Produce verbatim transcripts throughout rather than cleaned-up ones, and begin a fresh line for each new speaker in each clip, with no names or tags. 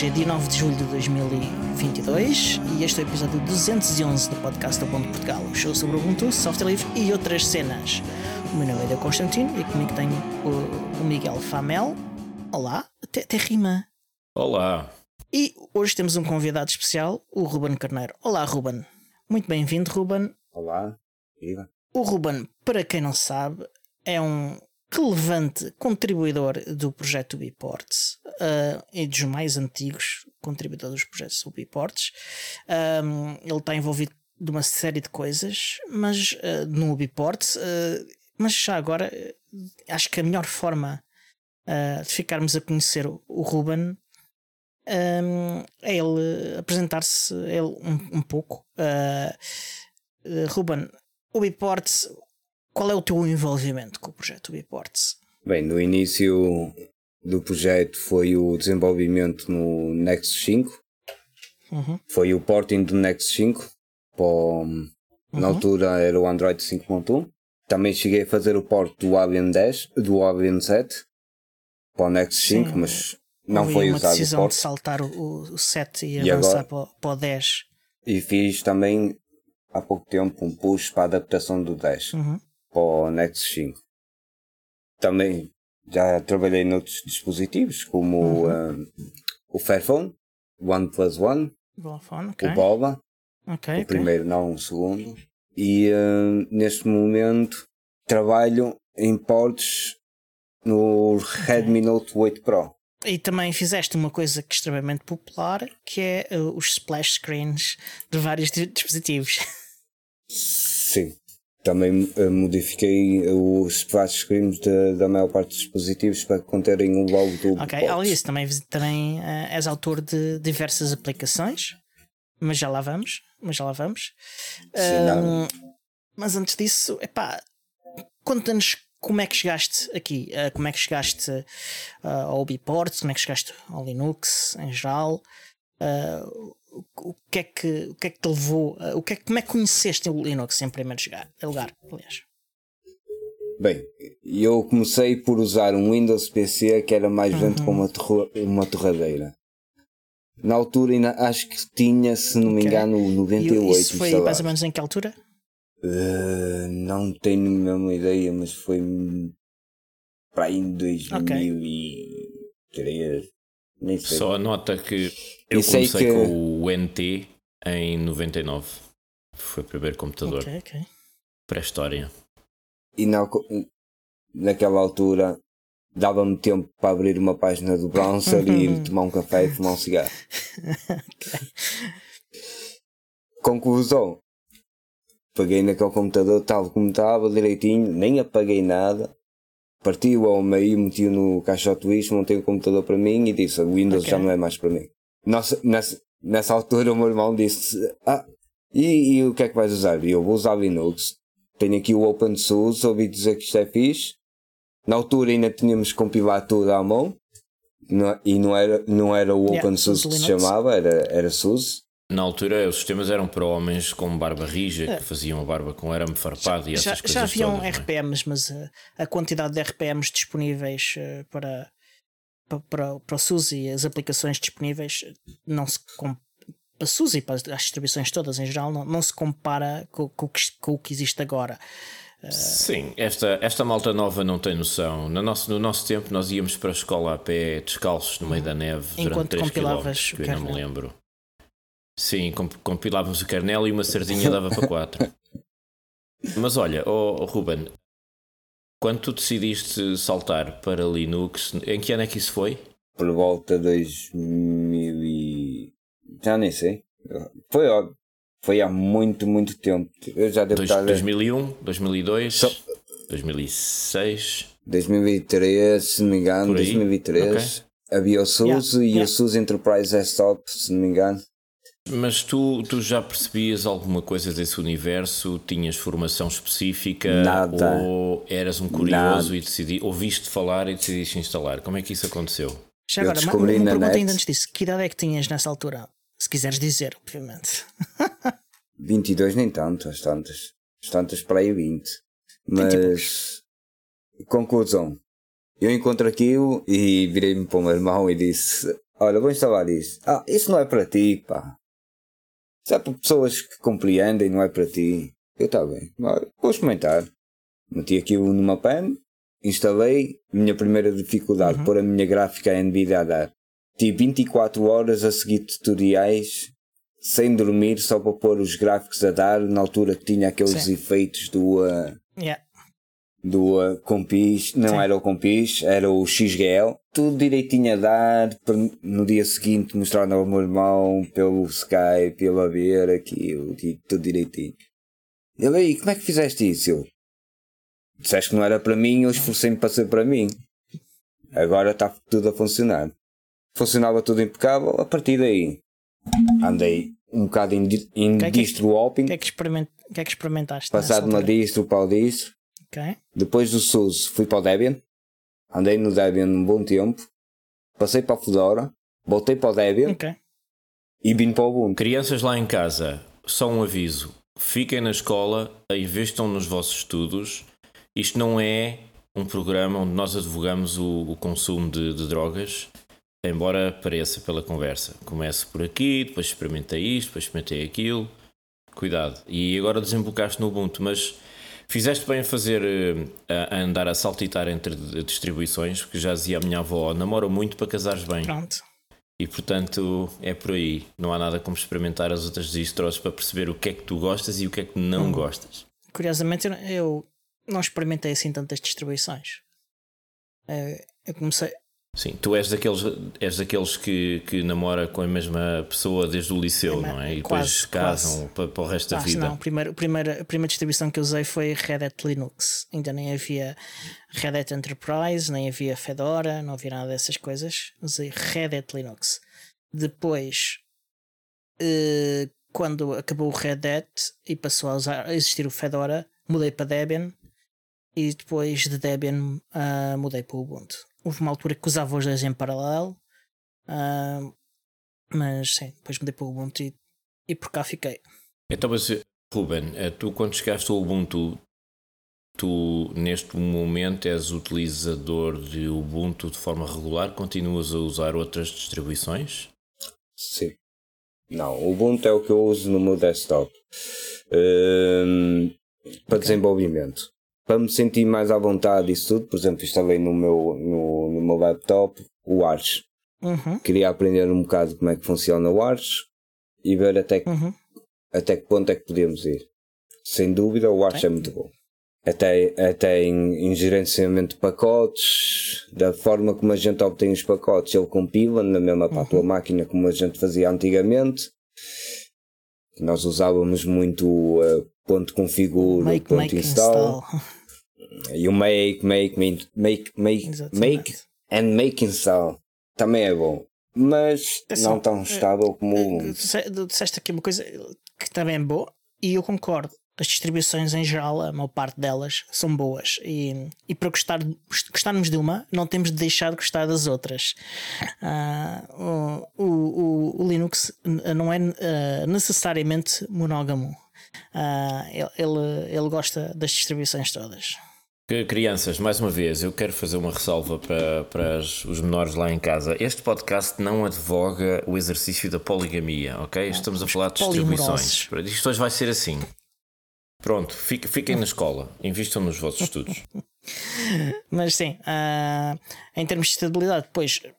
Hoje é dia nove de julho de dois mil e vinte e dois e este é o episódio duzentos e onze do podcast da Ubuntu Portugal, o show sobre Ubuntu, software livre e outras cenas. O meu nome é Deu Constantino e comigo tenho o, o Miguel Famel. Olá, até, até rima.
Olá.
E hoje temos um convidado especial, o Ruben Carneiro. Olá, Ruben. Muito bem-vindo, Ruben.
Olá, viva.
O Ruben, para quem não sabe, é um relevante contribuidor do projeto Ubiports uh, e dos mais antigos contribuidores dos projetos Ubiports. Um, ele está envolvido de uma série de coisas, mas uh, no Ubiports, uh, mas já agora uh, acho que a melhor forma uh, de ficarmos a conhecer o, o Ruben um, é ele apresentar-se ele um, um pouco. Uh, uh, Ruben, Ubiports, qual é o teu envolvimento com o projeto Ubiports?
Bem, no início do projeto foi o desenvolvimento no Nexus cinco.
Uhum.
Foi o porting do Nexus cinco. Para o, uhum. Na altura era o Android cinco ponto um. Também cheguei a fazer o port do Avian dez, do Avian sete para o Nexus cinco, Sim, mas não foi usado o port.
Uma decisão de saltar o, o sete e, e avançar agora, para, o, para o dez.
E fiz também há pouco tempo um push para a adaptação do dez.
Uhum.
Para o Nexus cinco. Também já trabalhei noutros dispositivos como uhum. uh, o Fairphone, o OnePlus One,
phone, okay.
o Boba,
okay,
o
okay.
primeiro, não o segundo. E uh, neste momento trabalho em ports no okay. Redmi Note oito Pro.
E também fizeste uma coisa que é extremamente popular, que é uh, os splash screens de vários dispositivos.
Sim. Também uh, modifiquei os splash screens de, da maior parte dos dispositivos para conterem o logo do
Ok, além disso, também, também uh, és autor de diversas aplicações, mas já lá vamos. Mas já lá vamos.
Sim,
uh, mas antes disso, epá, conta-nos como é que chegaste aqui, uh, como é que chegaste uh, ao Ubiports, como é que chegaste ao Linux em geral. Uh, O que, é que, o que é que te levou? O que é, como é que conheceste o Linux em primeiro lugar? Aliás?
Bem, eu comecei por usar um Windows P C que era mais lento uhum. com uma, torre, uma torradeira. Na altura ainda acho que tinha, se não me okay. engano, noventa e oito.
E isso foi mais ou menos em que altura?
Uh, não tenho a mesma ideia, mas foi para aí em dois mil e três. Okay. Nem sei.
Só nota que eu
e
comecei
que...
com o N T em noventa e nove. Foi o primeiro computador.
Okay, okay.
Pré-história.
E na, naquela altura dava-me tempo para abrir uma página do browser e ir tomar um café e fumar um cigarro.
Okay.
Conclusão. Peguei naquele computador tal como estava, direitinho, nem apaguei nada. Parti-o ao meio, meti-o no caixote lixo, montei o computador para mim e disse: o Windows okay. já não é mais para mim. Nossa, nessa, nessa altura o meu irmão disse: ah, e, e o que é que vais usar? E eu vou usar Linux. Tenho aqui o OpenSUSE, ouvi dizer que isto é fixe. Na altura ainda tínhamos que compilar tudo à mão. Não, e não era, não era o OpenSUSE yeah, que se chamava, era, era SUSE.
Na altura os sistemas eram para homens com barba rija, é. que faziam a barba com arame farpado já, e essas
já,
coisas
já haviam
todas,
R P Ms, mas a, a quantidade de R P Ms disponíveis uh, para, para, para, para o SUSE e as aplicações disponíveis não se com, para SUSE e para as distribuições todas em geral não, não se compara com, com, com o que existe agora.
Uh... Sim, esta, esta malta nova não tem noção. No nosso, no nosso tempo nós íamos para a escola a pé descalços no meio da neve durante três quilómetros, que eu não me lembro. Sim, compilávamos o kernel e uma sardinha dava para quatro. Mas olha, oh, oh Ruben, quando tu decidiste saltar para Linux, em que ano é que isso foi?
Por volta de dois mil e... já nem sei. Foi, foi há muito, muito tempo. Eu já devo
Dois,
estar...
dois mil e um, dois mil e dois,
Só...
dois mil e seis...
dois mil e três, se não me engano, dois mil e três. Okay. Havia o SUSE yeah, e yeah. o SUSE Enterprise Desktop, se não me engano.
Mas tu, tu já percebias alguma coisa desse universo? Tinhas formação específica?
Nada.
Ou eras um curioso
Nada.
e decidi, ouviste falar e decidiste instalar? Como é que isso aconteceu?
Já agora, uma, uma pergunta ainda antes disso. Que idade é que tinhas nessa altura? Se quiseres dizer, obviamente.
vinte e dois nem tanto, as tantas. As tantas para aí vinte. Mas, conclusão. Eu encontro aquilo e virei-me para o meu irmão e disse: olha, vou instalar isso. Ah, isso não é para ti, pá. Isso é para pessoas que compreendem, não é para ti. Eu, está bem, vou experimentar. Meti aquilo numa pen, instalei. Minha primeira dificuldade, uhum. pôr a minha gráfica a NVIDIA a dar. Tive vinte e quatro horas a seguir tutoriais, sem dormir, só para pôr os gráficos a dar, na altura que tinha aqueles Sim. efeitos do... Uh,
yeah.
do uh, Compis, não Sim. era o Compis, era o X G L, tudo direitinho a dar, no dia seguinte mostrar ao meu irmão, pelo Skype, ele a ver aquilo, tudo direitinho. Ele aí, como é que fizeste isso? Eu, disseste que não era para mim, eu esforcei-me para ser para mim. Agora está tudo a funcionar. Funcionava tudo impecável, a partir daí andei um bocado em, em que é que, distro hopping.
O que é que, experiment, que, é que experimentaste?
Passar de uma distro para o distro.
Okay.
Depois do SUSE fui para o Debian. Andei no Debian um bom tempo. Passei para a Fedora. Voltei para o Debian.
Okay.
E vim para o Ubuntu.
Crianças lá em casa, só um aviso. Fiquem na escola, investam nos vossos estudos. Isto não é um programa onde nós advogamos o, o consumo de, de drogas. Embora pareça pela conversa. Começo por aqui, depois experimentei isto, depois experimentei aquilo. Cuidado. E agora desembocaste no Ubuntu, mas fizeste bem a fazer, a andar a saltitar entre distribuições, porque já dizia a minha avó, namora muito para casares bem.
Pronto.
E portanto é por aí. Não há nada como experimentar as outras distros para perceber o que é que tu gostas e o que é que não hum. gostas.
Curiosamente eu não experimentei assim tantas distribuições. Eu comecei...
Sim, tu és daqueles, és daqueles que, que namora com a mesma pessoa desde o liceu, é, não é? E
quase,
depois casam para, para o resto da
ah,
vida.
Não, primeiro, primeira, a primeira distribuição que eu usei foi Red Hat Linux. Ainda nem havia Red Hat Enterprise, nem havia Fedora, não havia nada dessas coisas. Usei Red Hat Linux. Depois, eh, quando acabou o Red Hat e passou a, usar, a existir o Fedora, mudei para Debian. E depois de Debian uh, mudei para o Ubuntu. Houve uma altura que usava os dois em paralelo, uh, mas sim, depois mudei para o Ubuntu e, e por cá fiquei.
Então, mas, Ruben, tu quando chegaste ao Ubuntu, tu neste momento és utilizador de Ubuntu de forma regular? Continuas a usar outras distribuições?
Sim. Não, o Ubuntu é o que eu uso no meu desktop uh, para okay. desenvolvimento. Para me sentir mais à vontade disso tudo, por exemplo, instalei no meu, no, no meu laptop o Arch.
Uhum.
Queria aprender um bocado como é que funciona o Arch e ver até que, uhum. até que ponto é que podemos ir. Sem dúvida, o Arch okay. é muito bom. Até, até em, em gerenciamento de pacotes, da forma como a gente obtém os pacotes, ele compila na mesma para uhum. a tua máquina como a gente fazia antigamente. Nós usávamos muito uh, ponto configure, make, ponto make install. install. E o make, make, make, make, make, make and make install também é bom, mas é não tão estável como o...
Disseste aqui uma coisa que também é boa e eu concordo. As distribuições em geral, a maior parte delas são boas e, e para gostar, gostarmos de uma não temos de deixar de gostar das outras. Uh, o, o, o Linux não é uh, necessariamente monógamo. Uh, ele, ele gosta das distribuições todas.
Crianças, mais uma vez, eu quero fazer uma ressalva para, para os menores lá em casa. Este podcast não advoga o exercício da poligamia, ok? Estamos a falar de distribuições. Isto hoje vai ser assim. Pronto, fiquem na escola, investam nos vossos estudos.
Mas sim, uh, em termos de estabilidade, depois uh,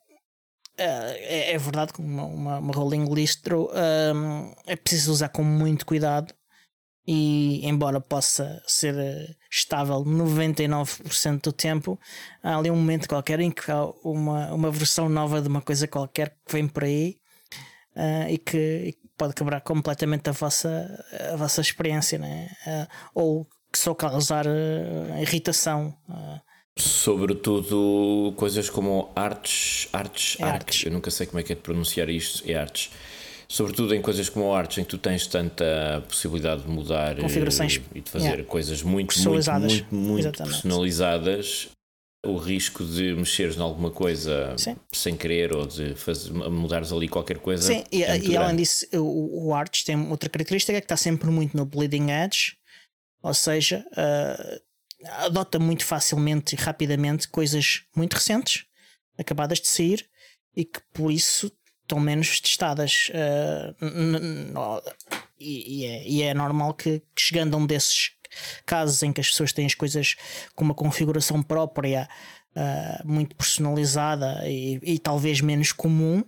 é, é verdade que uma, uma, uma rolling distro uh, é preciso usar com muito cuidado. E embora possa ser estável noventa e nove por cento do tempo, há ali um momento qualquer em que há uma, uma versão nova de uma coisa qualquer que vem por aí uh, e, que, e que pode quebrar completamente a vossa, a vossa experiência, né? uh, ou que só causar uh, irritação. Uh.
Sobretudo coisas como Arch, Arch,
É
Arch.
Arch.
Eu nunca sei como é que é de pronunciar isto, é Arch. Sobretudo em coisas como o Arch, em que tu tens tanta possibilidade de mudar
configurações
e de fazer
yeah.
coisas muito, muito, muito, muito personalizadas, o risco de mexeres em alguma coisa Sim. sem querer ou de fazer, mudares ali qualquer coisa.
Sim, e,
é
e além disso, o, o Arch tem outra característica, é que está sempre muito no bleeding edge, ou seja, uh, adota muito facilmente e rapidamente coisas muito recentes, acabadas de sair. e que por isso estão menos testadas. Uh, n- n- n- e, e, é, e é normal que, que chegando a um desses casos em que as pessoas têm as coisas com uma configuração própria, uh, muito personalizada e, e talvez menos comum,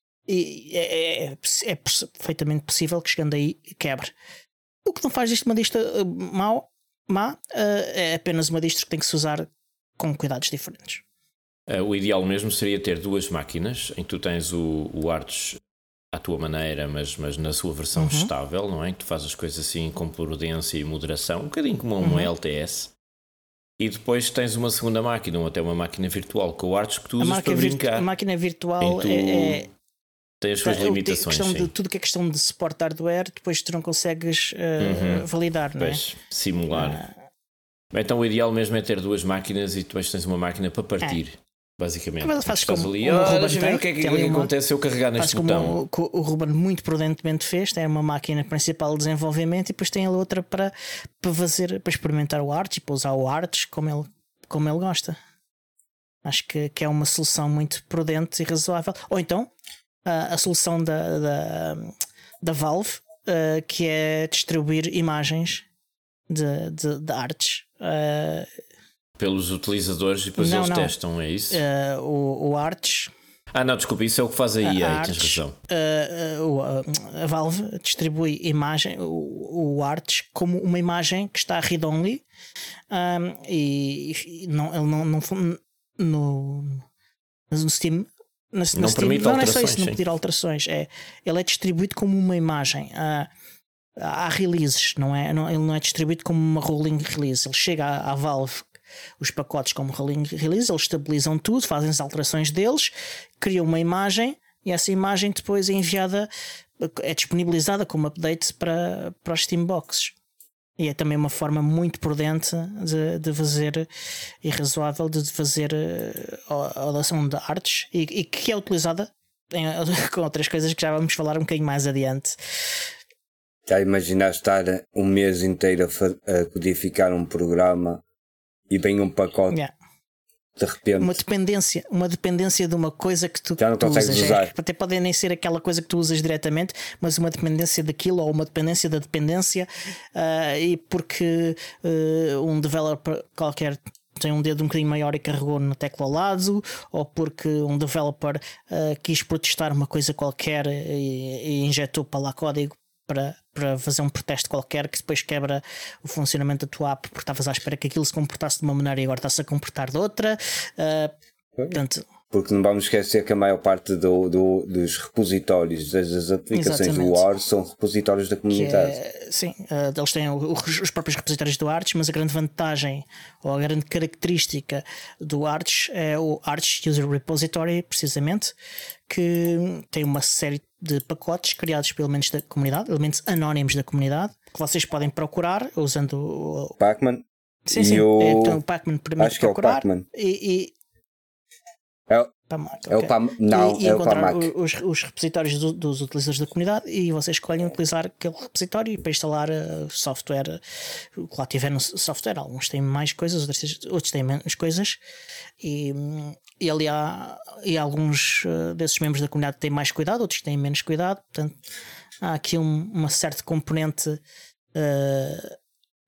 e é, é, é perfeitamente possível que chegando aí quebre. O que não faz disto uma distro uh, mau, má, uh, é apenas uma distro que tem que se usar com cuidados diferentes.
Uh, o ideal mesmo seria ter duas máquinas em que tu tens o, o Arch à tua maneira, mas, mas na sua versão uhum. estável, não é? Que tu fazes as coisas assim com prudência e moderação, um bocadinho como uma uhum. L T S. E depois tens uma segunda máquina ou até uma máquina virtual com o Arch que tu usas para brincar.
A máquina virtual tu é, é...
tem as suas é, limitações.
Questão
sim.
de, tudo que é questão de suporte hardware, depois tu não consegues uh, uhum. validar, não é?
Pois, simular. Uh... Então o ideal mesmo é ter duas máquinas e depois tens uma máquina para partir. É. Basicamente,
mas fazes como
ali,
o
oh,
Ruben
deixa ver o que é que, que uma... acontece se eu carregar neste botão.
Como o, o Ruben muito prudentemente fez, tem uma máquina principal de desenvolvimento e depois tem a outra para, para fazer, para experimentar o Arch e para usar o Arch como ele, como ele gosta. Acho que, que é uma solução muito prudente e razoável. Ou então a, a solução da, da, da Valve, uh, que é distribuir imagens de, de, de Arch. Uh,
pelos utilizadores e depois não, eles não. testam, é isso?
Uh, o, o Arch.
Ah, não, desculpa, isso é o que faz a E A, tens razão.
Uh, uh, a Valve distribui imagem, o, o Arch como uma imagem que está read-only um, e, e não, ele não, não no, no Steam. Na,
não
Steam,
permite
não,
alterações.
Não é só isso, não pedir alterações. É, ele é distribuído como uma imagem. Uh, há releases, não é? Não, ele não é distribuído como uma rolling release. Ele chega à, à Valve. Os pacotes como rolling release, eles estabilizam tudo, fazem as alterações deles, criam uma imagem e essa imagem depois é enviada, é disponibilizada como update para, para os Steamboxes. E é também uma forma muito prudente de, de fazer e razoável de fazer a adoção de artes e, e que é utilizada em, com outras coisas que já vamos falar um bocadinho mais adiante.
Já imaginaste estar um mês inteiro a, a codificar um programa e vem um pacote yeah. de repente.
Uma dependência, uma dependência de uma coisa que tu,
já não
tu
consegues
usas.
usar.
É, até pode nem ser aquela coisa que tu usas diretamente, mas uma dependência daquilo ou uma dependência da dependência, uh, e porque uh, um developer qualquer tem um dedo um bocadinho maior e carregou na tecla ao lado, ou porque um developer uh, quis protestar uma coisa qualquer e, e injetou para lá código Para, para fazer um protesto qualquer que depois quebra o funcionamento da tua app porque estavas à espera que aquilo se comportasse de uma maneira e agora está-se a comportar de outra. Uh, portanto,
porque não vamos esquecer que a maior parte do, do, dos repositórios das aplicações do Arch são repositórios da comunidade.
É, sim, uh, eles têm os, os próprios repositórios do Arch, mas a grande vantagem ou a grande característica do Arch é o Arch User Repository, precisamente, que tem uma série de pacotes criados por elementos da comunidade, elementos anónimos da comunidade, que vocês podem procurar usando o
Pacman.
Sim, sim.
O...
É, então, o Pacman permite
Acho que
procurar
é o Pacman.
e, e...
É o...
Mac,
é
okay.
o Pam... Não,
e, e
é
encontrar
o Pamac.
os, os repositórios do, dos utilizadores da comunidade e vocês escolhem utilizar aquele repositório para instalar uh, software, uh, lá tiver no software, alguns têm mais coisas, outros, outros têm menos coisas e, e ali há e alguns uh, desses membros da comunidade têm mais cuidado, outros têm menos cuidado, portanto há aqui um, uma certa componente uh,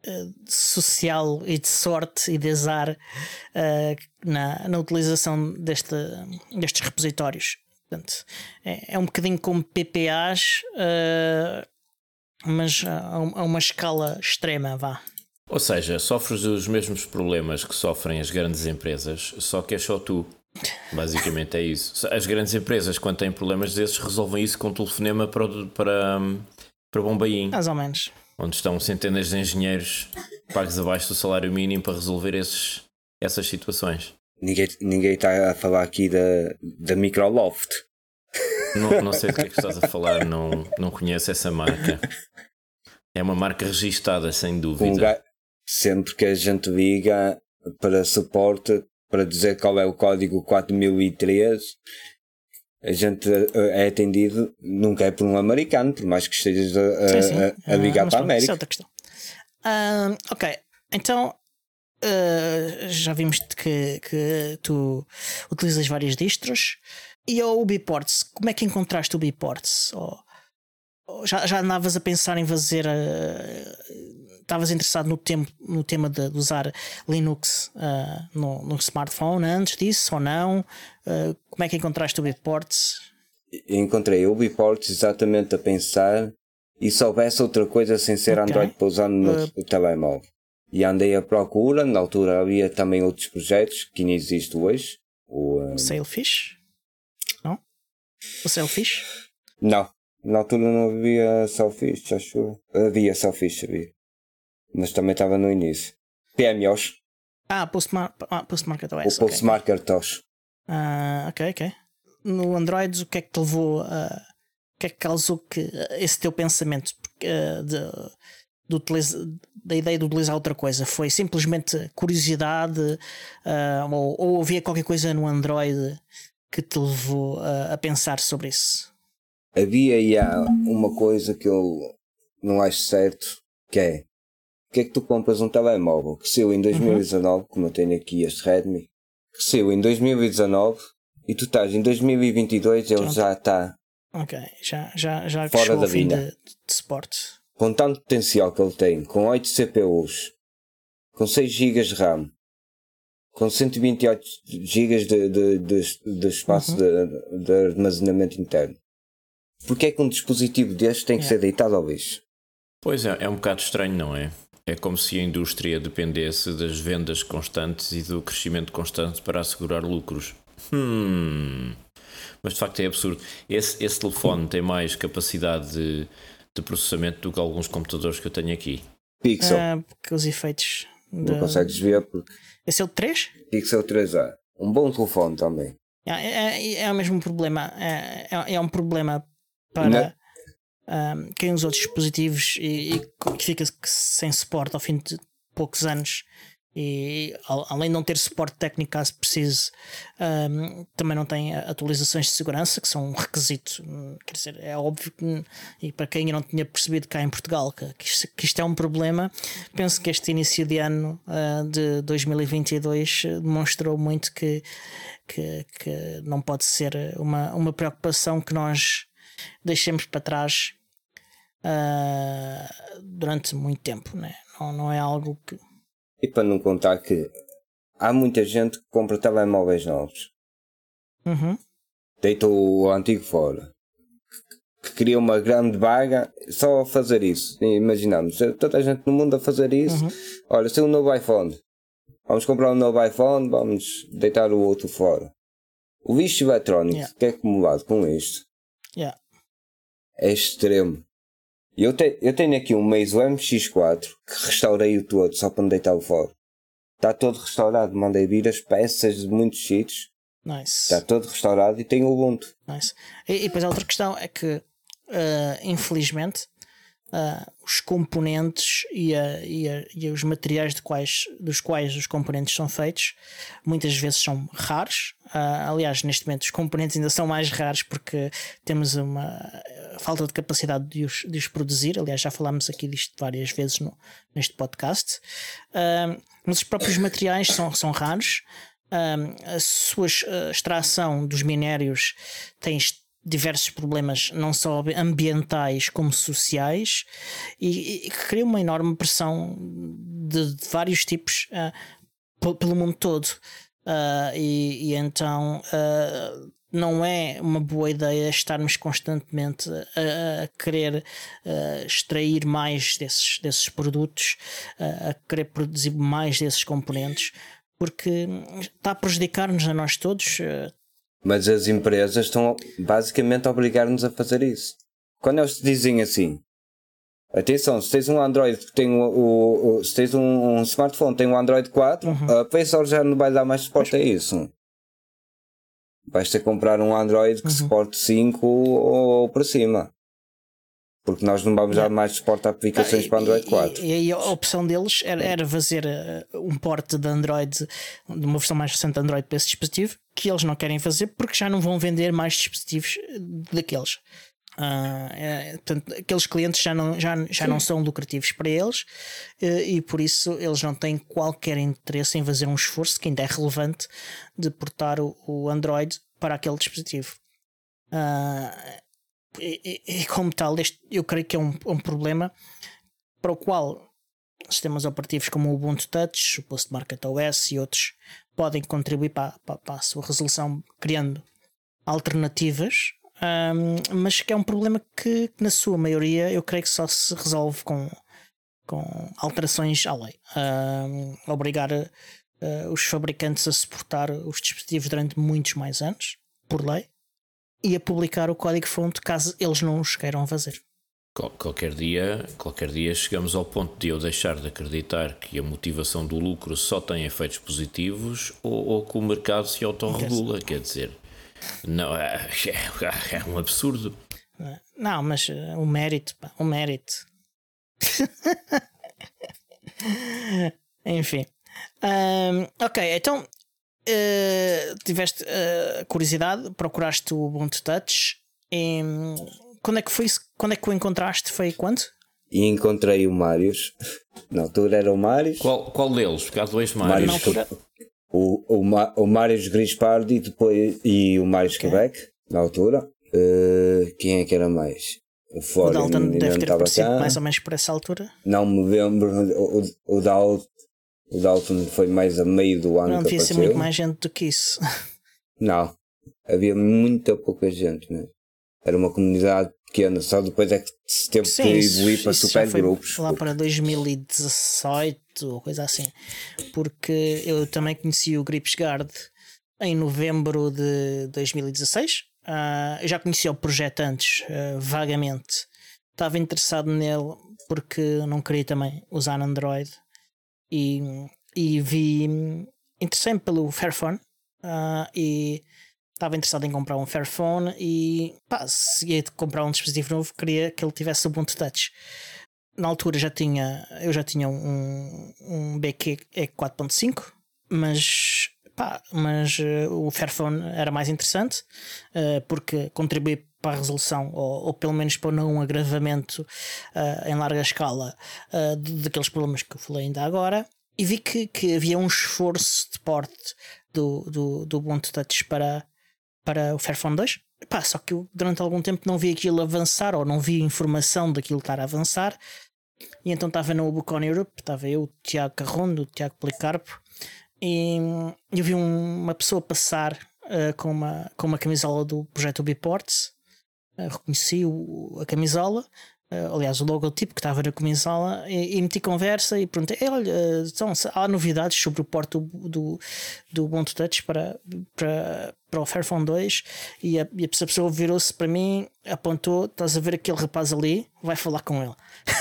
social e de sorte e de azar uh, na, na utilização deste, destes repositórios. Portanto, é, é um bocadinho como P P As, uh, mas a, a uma escala extrema, vá.
Ou seja, sofres os mesmos problemas que sofrem as grandes empresas, só que é só tu. Basicamente é isso. As grandes empresas, quando têm problemas desses, resolvem isso com um telefonema para, para, para Bombaim.
Mais ou menos.
Onde estão centenas de engenheiros pagos abaixo do salário mínimo para resolver esses, essas situações.
Ninguém, ninguém está a falar aqui da, da Microloft.
Não, não sei do que é que estás a falar, não, não conheço essa marca. É uma marca registada, sem dúvida.
Sempre que a gente liga para suporte, para dizer qual é o código quatro mil e três, a gente é atendido, nunca é por um americano, por mais que estejas a, sim, sim. a, a ligar uh, para a América.
Isso é outra questão. Uh, ok, então uh, já vimos que, que tu utilizas várias distros. e o UbiPorts, como é que encontraste o UbiPorts? Ou, ou já, já andavas a pensar em fazer. Estavas uh, interessado no, tempo, no tema de, de usar Linux uh, no, no smartphone antes disso ou não? Uh, como é que encontraste o UbiPorts?
Encontrei o UbiPorts exatamente a pensar e se houvesse outra coisa sem ser okay. Android para usar no meu uh, telemóvel. E andei à procura, na altura havia também outros projetos que não existem hoje. O, um...
o Sailfish? Não? O Sailfish?
Não, na altura não havia Sailfish, acho. Havia Sailfish, havia. Mas também estava no início. P M Os.
Ah, Postmarket ah, Postmarket O S.
O Postmarket O S.
Ah, ok, ok. No Android, o que é que te levou a. O que é que causou que esse teu pensamento uh, de, de utiliza, da ideia de utilizar outra coisa? Foi simplesmente curiosidade uh, ou, ou havia qualquer coisa no Android que te levou uh, a pensar sobre isso?
Havia já uma coisa que eu não acho certo, que é que é que tu compras um telemóvel que saiu em dois mil e dezanove, uhum. como eu tenho aqui este Redmi, que saiu em dois mil e dezanove e tu estás em dois mil e vinte e dois, ele já está
ok, já, já, já
fora da
fim
linha.
De, de suporte.
Com tanto potencial que ele tem, com oito C P Us, com seis gigas de RAM, com cento e vinte e oito gigas de, de, de, de espaço uhum. de, de armazenamento interno. Porque é que um dispositivo deste tem que yeah. ser deitado ao lixo?
Pois é, é um bocado estranho, não é? É como se a indústria dependesse das vendas constantes e do crescimento constante para assegurar lucros. Hum... Mas de facto é absurdo. Esse, esse telefone tem mais capacidade de, de processamento do que alguns computadores que eu tenho aqui.
Pixel.
Ah, porque os efeitos. De...
Não consegues ver porque.
Esse é o três?
Pixel três A. Um bom telefone também.
É, é, é o mesmo problema. É, é, é um problema para um, quem usa outros dispositivos e, e que fica sem suporte ao fim de poucos anos. E além de não ter suporte técnico caso precise, um, também não tem atualizações de segurança que são um requisito. Quer dizer, é óbvio que, e para quem ainda não tinha percebido cá em Portugal que, que, isto, que isto é um problema, penso que este início de ano uh, de dois mil e vinte e dois demonstrou muito que, que, que não pode ser uma, uma preocupação que nós deixemos para trás uh, durante muito tempo, né? não, não é algo que.
E para não contar que há muita gente que compra telemóveis novos.
Uhum.
Deita o antigo fora. Que cria uma grande vaga só a fazer isso. Imaginamos, toda a gente no mundo a fazer isso. Uhum. Olha, se é um novo iPhone. Vamos comprar um novo iPhone, vamos deitar o outro fora. O lixo eletrónico yeah. que é acumulado com isto
yeah.
é extremo. Eu, te, eu tenho aqui um Meizu M X quatro que restaurei-o todo só para me deitá-lo fora. Está todo restaurado, mandei vir as peças de muitos sítios.
Nice.
Está todo restaurado e tem o Ubuntu.
Nice. E, e depois a outra questão é que, uh, infelizmente, uh, os componentes e, a, e, a, e os materiais de quais, dos quais os componentes são feitos muitas vezes são raros. Uh, aliás, neste momento os componentes ainda são mais raros porque temos uma falta de capacidade de os, de os produzir. Aliás, já falámos aqui disto várias vezes no, neste podcast. Uh, mas os próprios materiais são, são raros. Uh, a sua uh, extração dos minérios tem diversos problemas, não só ambientais como sociais, e, e que cria uma enorme pressão de, de vários tipos uh, pelo mundo todo. Uh, e, e então uh, não é uma boa ideia estarmos constantemente a, a querer uh, extrair mais desses, desses produtos, uh, a querer produzir mais desses componentes, porque está a prejudicar-nos a nós todos. Uh,
Mas as empresas estão basicamente a obrigar-nos a fazer isso. Quando eles te dizem assim, atenção, se tens um Android que tem o, o, o se tens um, um smartphone tem um Android quatro, uhum. a Play Store já não vai dar mais suporte a isso. Vais ter que comprar um Android que uhum. suporte cinco ou para cima. Porque nós não vamos dar mais suporte a aplicações ah, para Android quatro.
E aí a opção deles era, era fazer um port de Android, de uma versão mais recente de Android para esse dispositivo, que eles não querem fazer porque já não vão vender mais dispositivos daqueles. Uh, é, portanto, aqueles clientes já não, já, já não são lucrativos para eles, e, e por isso eles não têm qualquer interesse em fazer um esforço que ainda é relevante de portar o, o Android para aquele dispositivo. Uh, e, e, e como tal, este, eu creio que é um, um problema para o qual sistemas operativos como o Ubuntu Touch, o PostMarketOS e outros podem contribuir para, para, para a sua resolução, criando alternativas, um, mas que é um problema que, na sua maioria, eu creio que só se resolve com, com alterações à lei. Um, obrigar uh, os fabricantes a suportar os dispositivos durante muitos mais anos, por lei, e a publicar o código-fonte caso eles não os queiram fazer.
Qualquer dia, qualquer dia chegamos ao ponto de eu deixar de acreditar que a motivação do lucro só tem efeitos positivos ou, ou que o mercado se autorregula, quer dizer, não, é, é, é um absurdo.
Não, mas uh, o mérito, pá, o mérito. Enfim. Um, ok, então uh, tiveste uh, curiosidade, procuraste o Ubuntu Touch e... Quando é que foi isso? Quando é que o encontraste? Foi quando?
E encontrei o Marius. Na altura era o Marius.
Qual, qual deles? Porque há dois Marius.
Marius altura... O, o, o Marius Grispardi depois, e o Marius okay. Quebec, na altura. Uh, quem é que era mais? O Ford.
O Dalton deve ter aparecido cá. Mais ou menos por essa altura.
Não me lembro. O, o, o, Dalton, o Dalton foi mais a meio do ano.
Não devia ser muito mais gente do que isso.
Não. Havia muita pouca gente mesmo. Era uma comunidade pequena, só depois é que se teve Sim, que evoluir para super grupos.
Lá para dois mil e dezasseito ou coisa assim, porque eu também conheci o GripsGuard em novembro de dois mil e dezasseis. Uh, eu já conhecia o projeto antes, uh, vagamente. Estava interessado nele porque não queria também usar Android e, e vi, interessei-me pelo Fairphone uh, e estava interessado em comprar um Fairphone e pá, se ia comprar um dispositivo novo, queria que ele tivesse o Ubuntu Touch. Na altura já tinha, eu já tinha um, um B Q E quatro ponto cinco, mas, pá, mas uh, o Fairphone era mais interessante uh, porque contribuía para a resolução ou, ou pelo menos para o não agravamento uh, em larga escala uh, daqueles problemas que eu falei ainda agora. E vi que, que havia um esforço de porte do, do, do Ubuntu Touch para para o Fairphone dois, pá, só que eu durante algum tempo não vi aquilo avançar ou não vi informação daquilo estar a avançar, e então estava no Ubucon Europe, estava eu, o Tiago Carrondo, o Tiago Policarpo, e eu vi um, uma pessoa passar uh, com, uma, com uma camisola do projeto Ubiports, uh, reconheci o, a camisola, uh, aliás o logotipo que estava na camisola, e, e meti conversa e perguntei, olha, uh, então, há novidades sobre o porte do, do, do Ubuntu Touch para, para, para o Fairphone dois, e a, e a pessoa virou-se para mim, apontou, estás a ver aquele rapaz ali, vai falar com ele.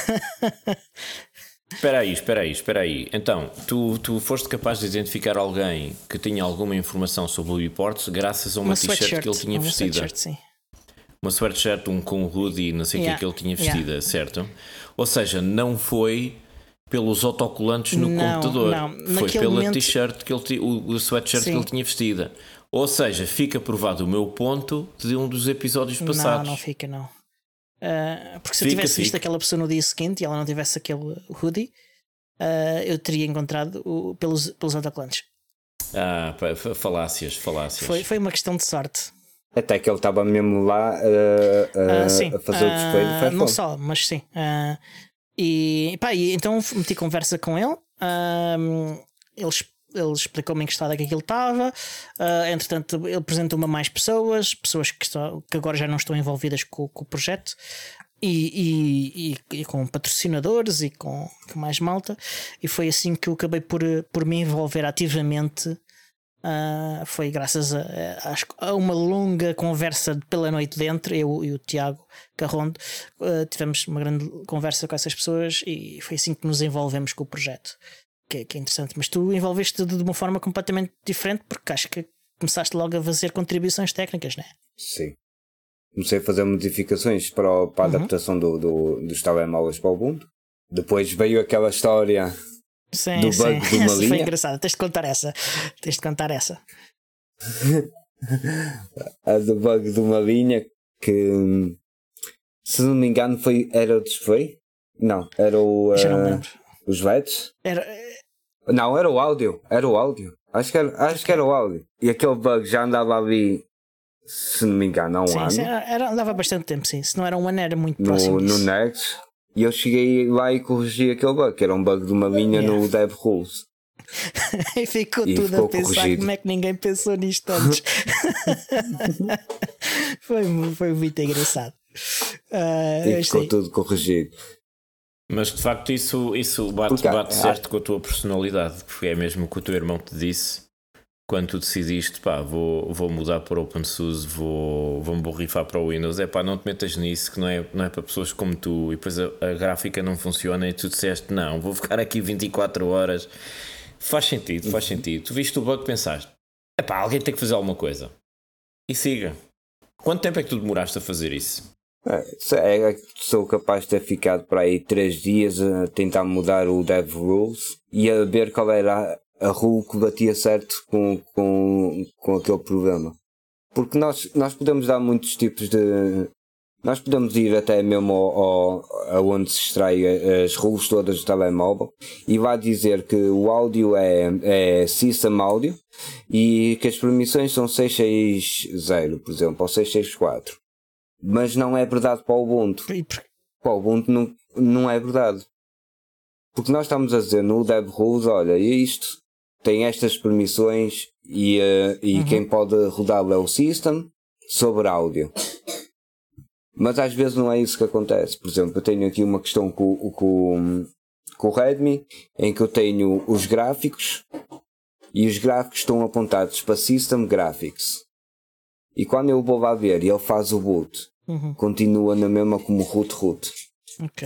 Espera aí, espera aí, espera aí. Então, tu, tu foste capaz de identificar alguém que tinha alguma informação sobre o Ubiports graças a uma, uma t-shirt que ele tinha uma vestida. Sim. Uma sweatshirt, um com um hoodie, não sei o yeah. que é que ele tinha vestida, yeah. certo? Ou seja, não foi pelos autocolantes no não, computador, não. Foi pela momento... t-shirt, que ele, o, o sweatshirt Sim. que ele tinha vestida. Ou seja, fica provado o meu ponto de um dos episódios passados.
Não, não fica, não. Uh, porque se fica, eu tivesse fica. visto aquela pessoa no dia seguinte e ela não tivesse aquele hoodie, uh, eu teria encontrado o, pelos, pelos autocolantes.
Ah, falácias, falácias.
Foi, foi uma questão de sorte.
Até que ele estava mesmo lá uh, uh, uh, sim. a fazer uh, o display do Fairphone.
Não só, mas sim. Uh, e, pá, e então meti conversa com ele. Uh, ele, ele explicou-me em que estado é que aquilo estava. Uh, entretanto, ele apresentou-me a mais pessoas, pessoas que, estão, que agora já não estão envolvidas com, com o projeto. E, e, e, e com patrocinadores e com, com mais malta. E foi assim que eu acabei por, por me envolver ativamente. Uh, foi graças a, a, a uma longa conversa pela noite dentro, eu e o Tiago Carrondo uh, tivemos uma grande conversa com essas pessoas e foi assim que nos envolvemos com o projeto, que, que é interessante. Mas tu envolveste de, de uma forma completamente diferente, porque acho que começaste logo a fazer contribuições técnicas, não é?
Sim, comecei a fazer modificações para, a, para a uhum. adaptação do, do, dos telemóveis para o Ubuntu. Depois veio aquela história
Sim,
do bug
sim.
de uma
essa
linha.
Foi engraçada, tens de contar essa. Tens de contar essa.
A do bug de uma linha que, se não me engano, foi, era o display? Não, era o.
Já uh, não lembro.
Os L E Ds?
Era...
Não, era o áudio. Era o áudio. Acho que era, acho que era o áudio. E aquele bug já andava ali se não me engano, há um
sim,
ano.
Sim, era, dava bastante tempo, sim. Se não era um ano, era muito
no,
próximo
no
disso.
Next. E eu cheguei lá e corrigi aquele bug, que era um bug de uma linha yeah. no DevRules.
E ficou
e
tudo
ficou
a pensar
corrigido.
Como é que ninguém pensou nisto antes. foi, foi muito engraçado. Uh,
e ficou sei. tudo corrigido.
Mas de facto isso, isso bate, Porque, bate ah, certo ah, com a tua personalidade, porque é mesmo o que o teu irmão te disse quando tu decidiste, pá, vou, vou mudar para o OpenSUSE, vou, vou me borrifar para o Windows. É pá, não te metas nisso, que não é, não é para pessoas como tu, e depois a, a gráfica não funciona e tu disseste, não, vou ficar aqui vinte e quatro horas. Faz sentido, faz sentido. Tu viste o bug e pensaste, é pá, alguém tem que fazer alguma coisa. E siga. Quanto tempo é que tu demoraste a fazer isso?
É, é, sou capaz de ter ficado para aí três dias a tentar mudar o DevRules e a ver qual era a, a rule que batia certo com, com, com aquele problema. Porque nós, nós podemos dar muitos tipos de... Nós podemos ir até mesmo ao, ao, aonde se extrai as rules todas do telemóvel e vai dizer que o áudio é, é System Audio e que as permissões são seiscentos e sessenta, por exemplo, ou seiscentos e sessenta e quatro. Mas não é verdade para o Ubuntu. Para o Ubuntu não, não é verdade. Porque nós estamos a dizer no DevRules, olha, isto tem estas permissões e, uh, e uhum. quem pode rodá-lo é o System sobre áudio. Mas às vezes não é isso que acontece. Por exemplo, eu tenho aqui uma questão com, com, com o Redmi, em que eu tenho os gráficos e os gráficos estão apontados para System Graphics. E quando eu vou lá ver e ele faz o boot, uhum. continua na mesma como root root.
Ok.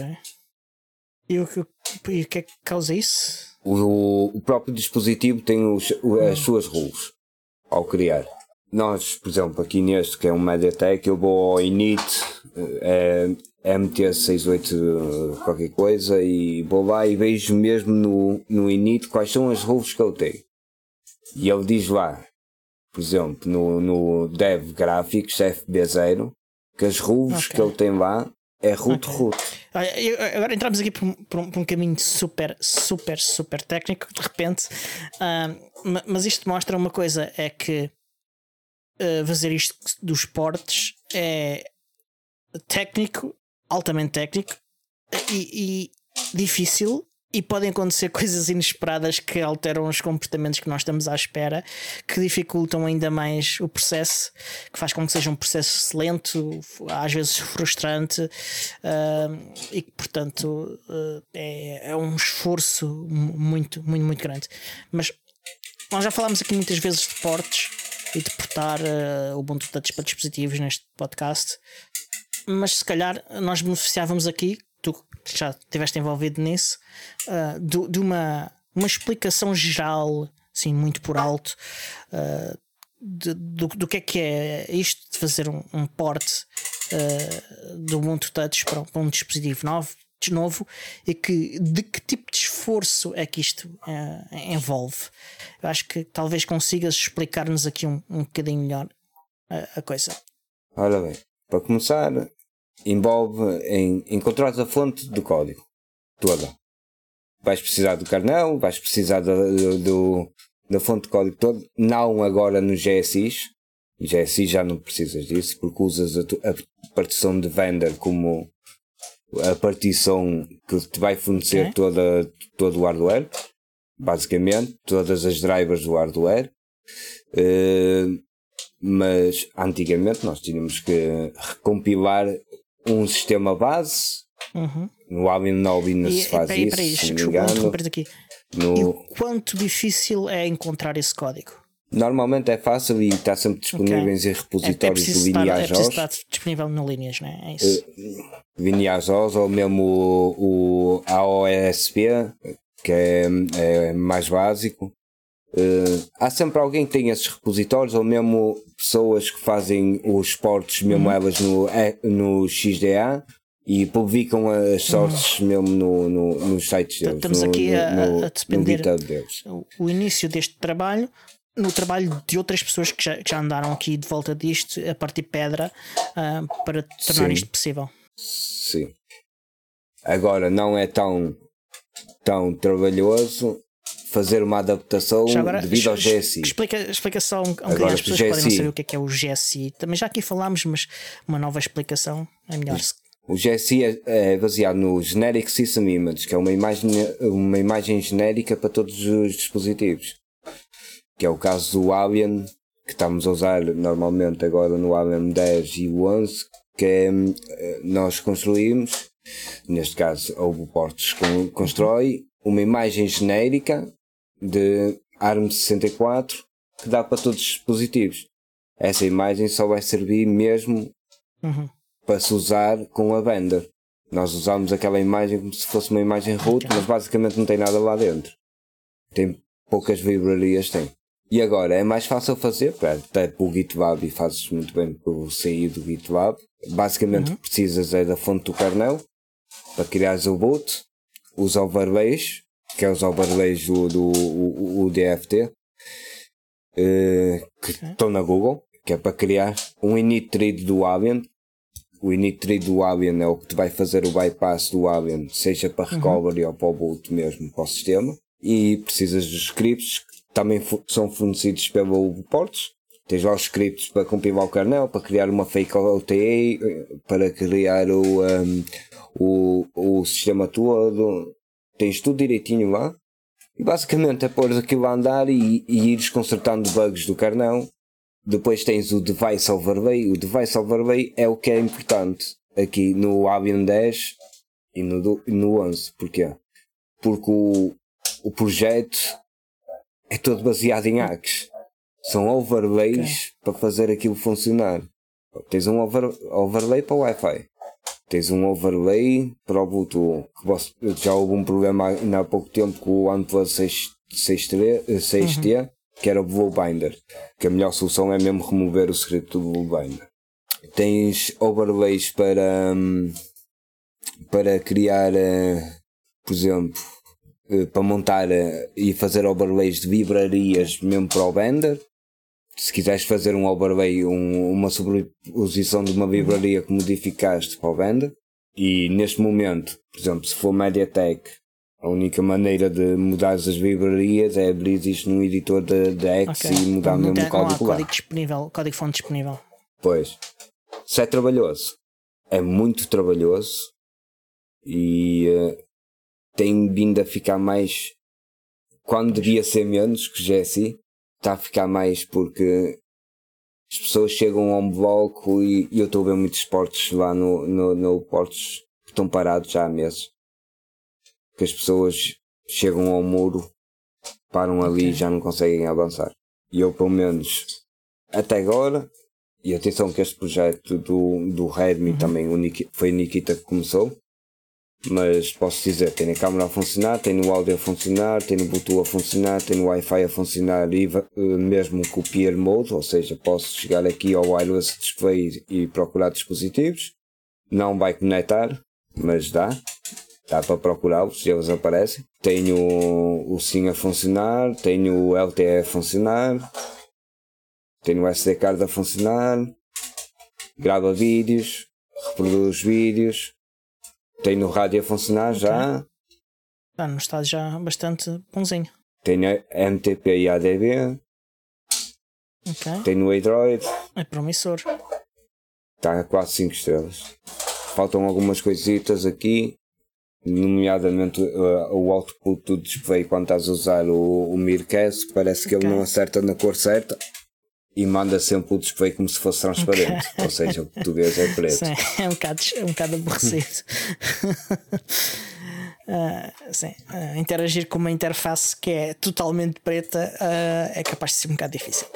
E o que, e o que é que causa isso?
O, o próprio dispositivo tem os, as uhum. suas rules ao criar. Nós, por exemplo, aqui neste que é um MediaTek, eu vou ao init, é, M T seis oito qualquer coisa, e vou lá e vejo mesmo no, no init quais são as rules que eu tenho. E ele diz lá, por exemplo, no, no Dev Graphics F B zero, que as rules okay. que ele tem lá é root okay. root.
Agora entramos aqui por um, por, um, por um caminho super, super, super técnico, de repente, uh, mas isto mostra uma coisa, é que Uh, fazer isto dos portes é técnico, altamente técnico e, e difícil, e podem acontecer coisas inesperadas que alteram os comportamentos que nós estamos à espera, que dificultam ainda mais o processo, que faz com que seja um processo lento, às vezes frustrante, uh, e que portanto uh, é, é um esforço muito, muito, muito grande. Mas nós já falámos aqui muitas vezes de portes e de portar uh, o Ubuntu Touch para dispositivos neste podcast, mas se calhar nós beneficiávamos aqui, tu que já estiveste envolvido nisso, uh, de, de uma, uma explicação geral, assim, muito por alto, uh, de, do, do que é que é isto de fazer um, um port uh, do Ubuntu Touch para um, para um dispositivo novo, novo e que, de que tipo de esforço é que isto uh, envolve. Eu acho que talvez consigas explicar-nos aqui um, um bocadinho melhor uh, a coisa.
Ora bem, para começar, envolve em encontrar a fonte do código toda. Vais precisar do kernel, vais precisar da, do, da fonte de código toda, não agora no G S I. G S I já não precisas disso, porque usas a, a partição de vendor como a partição que te vai fornecer okay. toda, todo o hardware, basicamente, todas as drivers do hardware. Uh, mas antigamente nós tínhamos que recompilar um sistema base. Uhum. No Alvin Nobi não se faz e, isso, isso, se não me engano.
Aqui. No... E o quanto difícil é encontrar esse código?
Normalmente é fácil e está sempre disponível okay. em repositórios
é, é
do LineageOS.
É preciso estar disponível no Lineage, não é? É isso.
Uh, LineageOS ou mesmo o, o A O S P, que é, é mais básico. Uh, há sempre alguém que tem esses repositórios ou mesmo pessoas que fazem os ports, mesmo uhum. elas no, no X D A e publicam as sources uhum. mesmo no, no, nos sites deles.
Estamos
no,
aqui a,
no,
a depender
deles.
O, o início deste trabalho no trabalho de outras pessoas que já, que já andaram aqui de volta disto a partir pedra uh, para tornar Sim. isto possível.
Sim. Agora não é tão, tão trabalhoso fazer uma adaptação agora, devido ao G S I.
Explica, explica só um, um bocadinho às pessoas que podem não saber o que é, que é o G S I. Também já aqui falámos, mas uma nova explicação é melhor.
O G S I é, é baseado no Generic System Image, que é uma imagem, uma imagem genérica para todos os dispositivos. Que é o caso do Alien, que estamos a usar normalmente agora no Alien dez e o onze, que é, nós construímos, neste caso a UBports constrói uma imagem genérica de ARM sessenta e quatro que dá para todos os dispositivos. Essa imagem só vai servir mesmo uhum. para se usar com a Bender. Nós usamos aquela imagem como se fosse uma imagem root, okay. mas basicamente não tem nada lá dentro. Tem poucas livrarias, tem. E agora é mais fácil fazer, até para o GitLab, e fazes muito bem por sair do GitLab. Basicamente uhum. o que precisas é da fonte do kernel para criares o boot, os overlays, que é os overlays do, do o, o D F T, uh, que okay. estão na Google, que é para criar um init thread do Alien. O init thread do Alien é o que te vai fazer o bypass do Alien, seja para recovery uhum. ou para o boot mesmo, para o sistema. E precisas dos scripts que também são fornecidos pelo UBports. Tens lá os scripts para compilar o kernel, para criar uma fake O T A, para criar o, um, o, o sistema todo. Tens tudo direitinho lá. E basicamente é pôr aquilo a andar e, e ires consertando bugs do kernel. Depois tens o device overlay. O device overlay é o que é importante aqui no Alien dez e no, no onze. Porquê? Porque o, o projeto é todo baseado em hacks. São overlays okay. para fazer aquilo funcionar. Tens um over, overlay para o Wi-Fi. Tens um overlay para o Bluetooth. Já houve um problema há pouco tempo com o OnePlus seis T, uhum. que era o Blue Binder. Que a melhor solução é mesmo remover o script do Blue Binder. Tens overlays para, para criar, por exemplo, para montar e fazer overlays de livrarias mesmo para o Blender. Se quiseres fazer um overlay, um, uma sobreposição de uma livraria que modificaste para o Blender. E neste momento, por exemplo, se for MediaTek, a única maneira de mudar as livrarias é abrir isto num editor de, de X okay. e mudar mesmo o código lá.
Código disponível, código fonte disponível.
Pois. Isso é trabalhoso. É muito trabalhoso. E uh, tem vindo a ficar mais, quando devia ser menos, que já é assim, está a ficar mais porque as pessoas chegam a um bloco e, e eu estou a ver muitos portos lá no, no, no portos que estão parados já há meses. Que as pessoas chegam ao muro, param ali okay. e já não conseguem avançar. E eu, pelo menos, até agora, e atenção que este projeto do, do Redmi uhum. também foi a Nikita que começou, mas posso dizer, tem a câmera a funcionar, tem o áudio a funcionar, tem o Bluetooth a funcionar, tem o Wi-Fi a funcionar e mesmo com o Peer Mode, ou seja, posso chegar aqui ao Wireless Display e procurar dispositivos. Não vai conectar, mas dá. Dá para procurá-los, se eles aparecem. Tenho o SIM a funcionar, tenho o L T E a funcionar, tenho o S D card a funcionar, grava vídeos, reproduz vídeos, tenho o rádio a funcionar okay. já.
Está no estado já bastante bonzinho.
Tenho M T P e A D B.
Okay.
Tenho o Android.
É promissor.
Está a quase cinco estrelas. Faltam algumas coisitas aqui. Nomeadamente uh, o output do display quando estás a usar o, o Mircast, parece que okay. ele não acerta na cor certa e manda sempre o display como se fosse transparente, okay. ou seja, o português é preto.
Sim, é um bocado, é um bocado aborrecido. uh, sim, uh, interagir com uma interface que é totalmente preta uh, é capaz de ser um bocado difícil.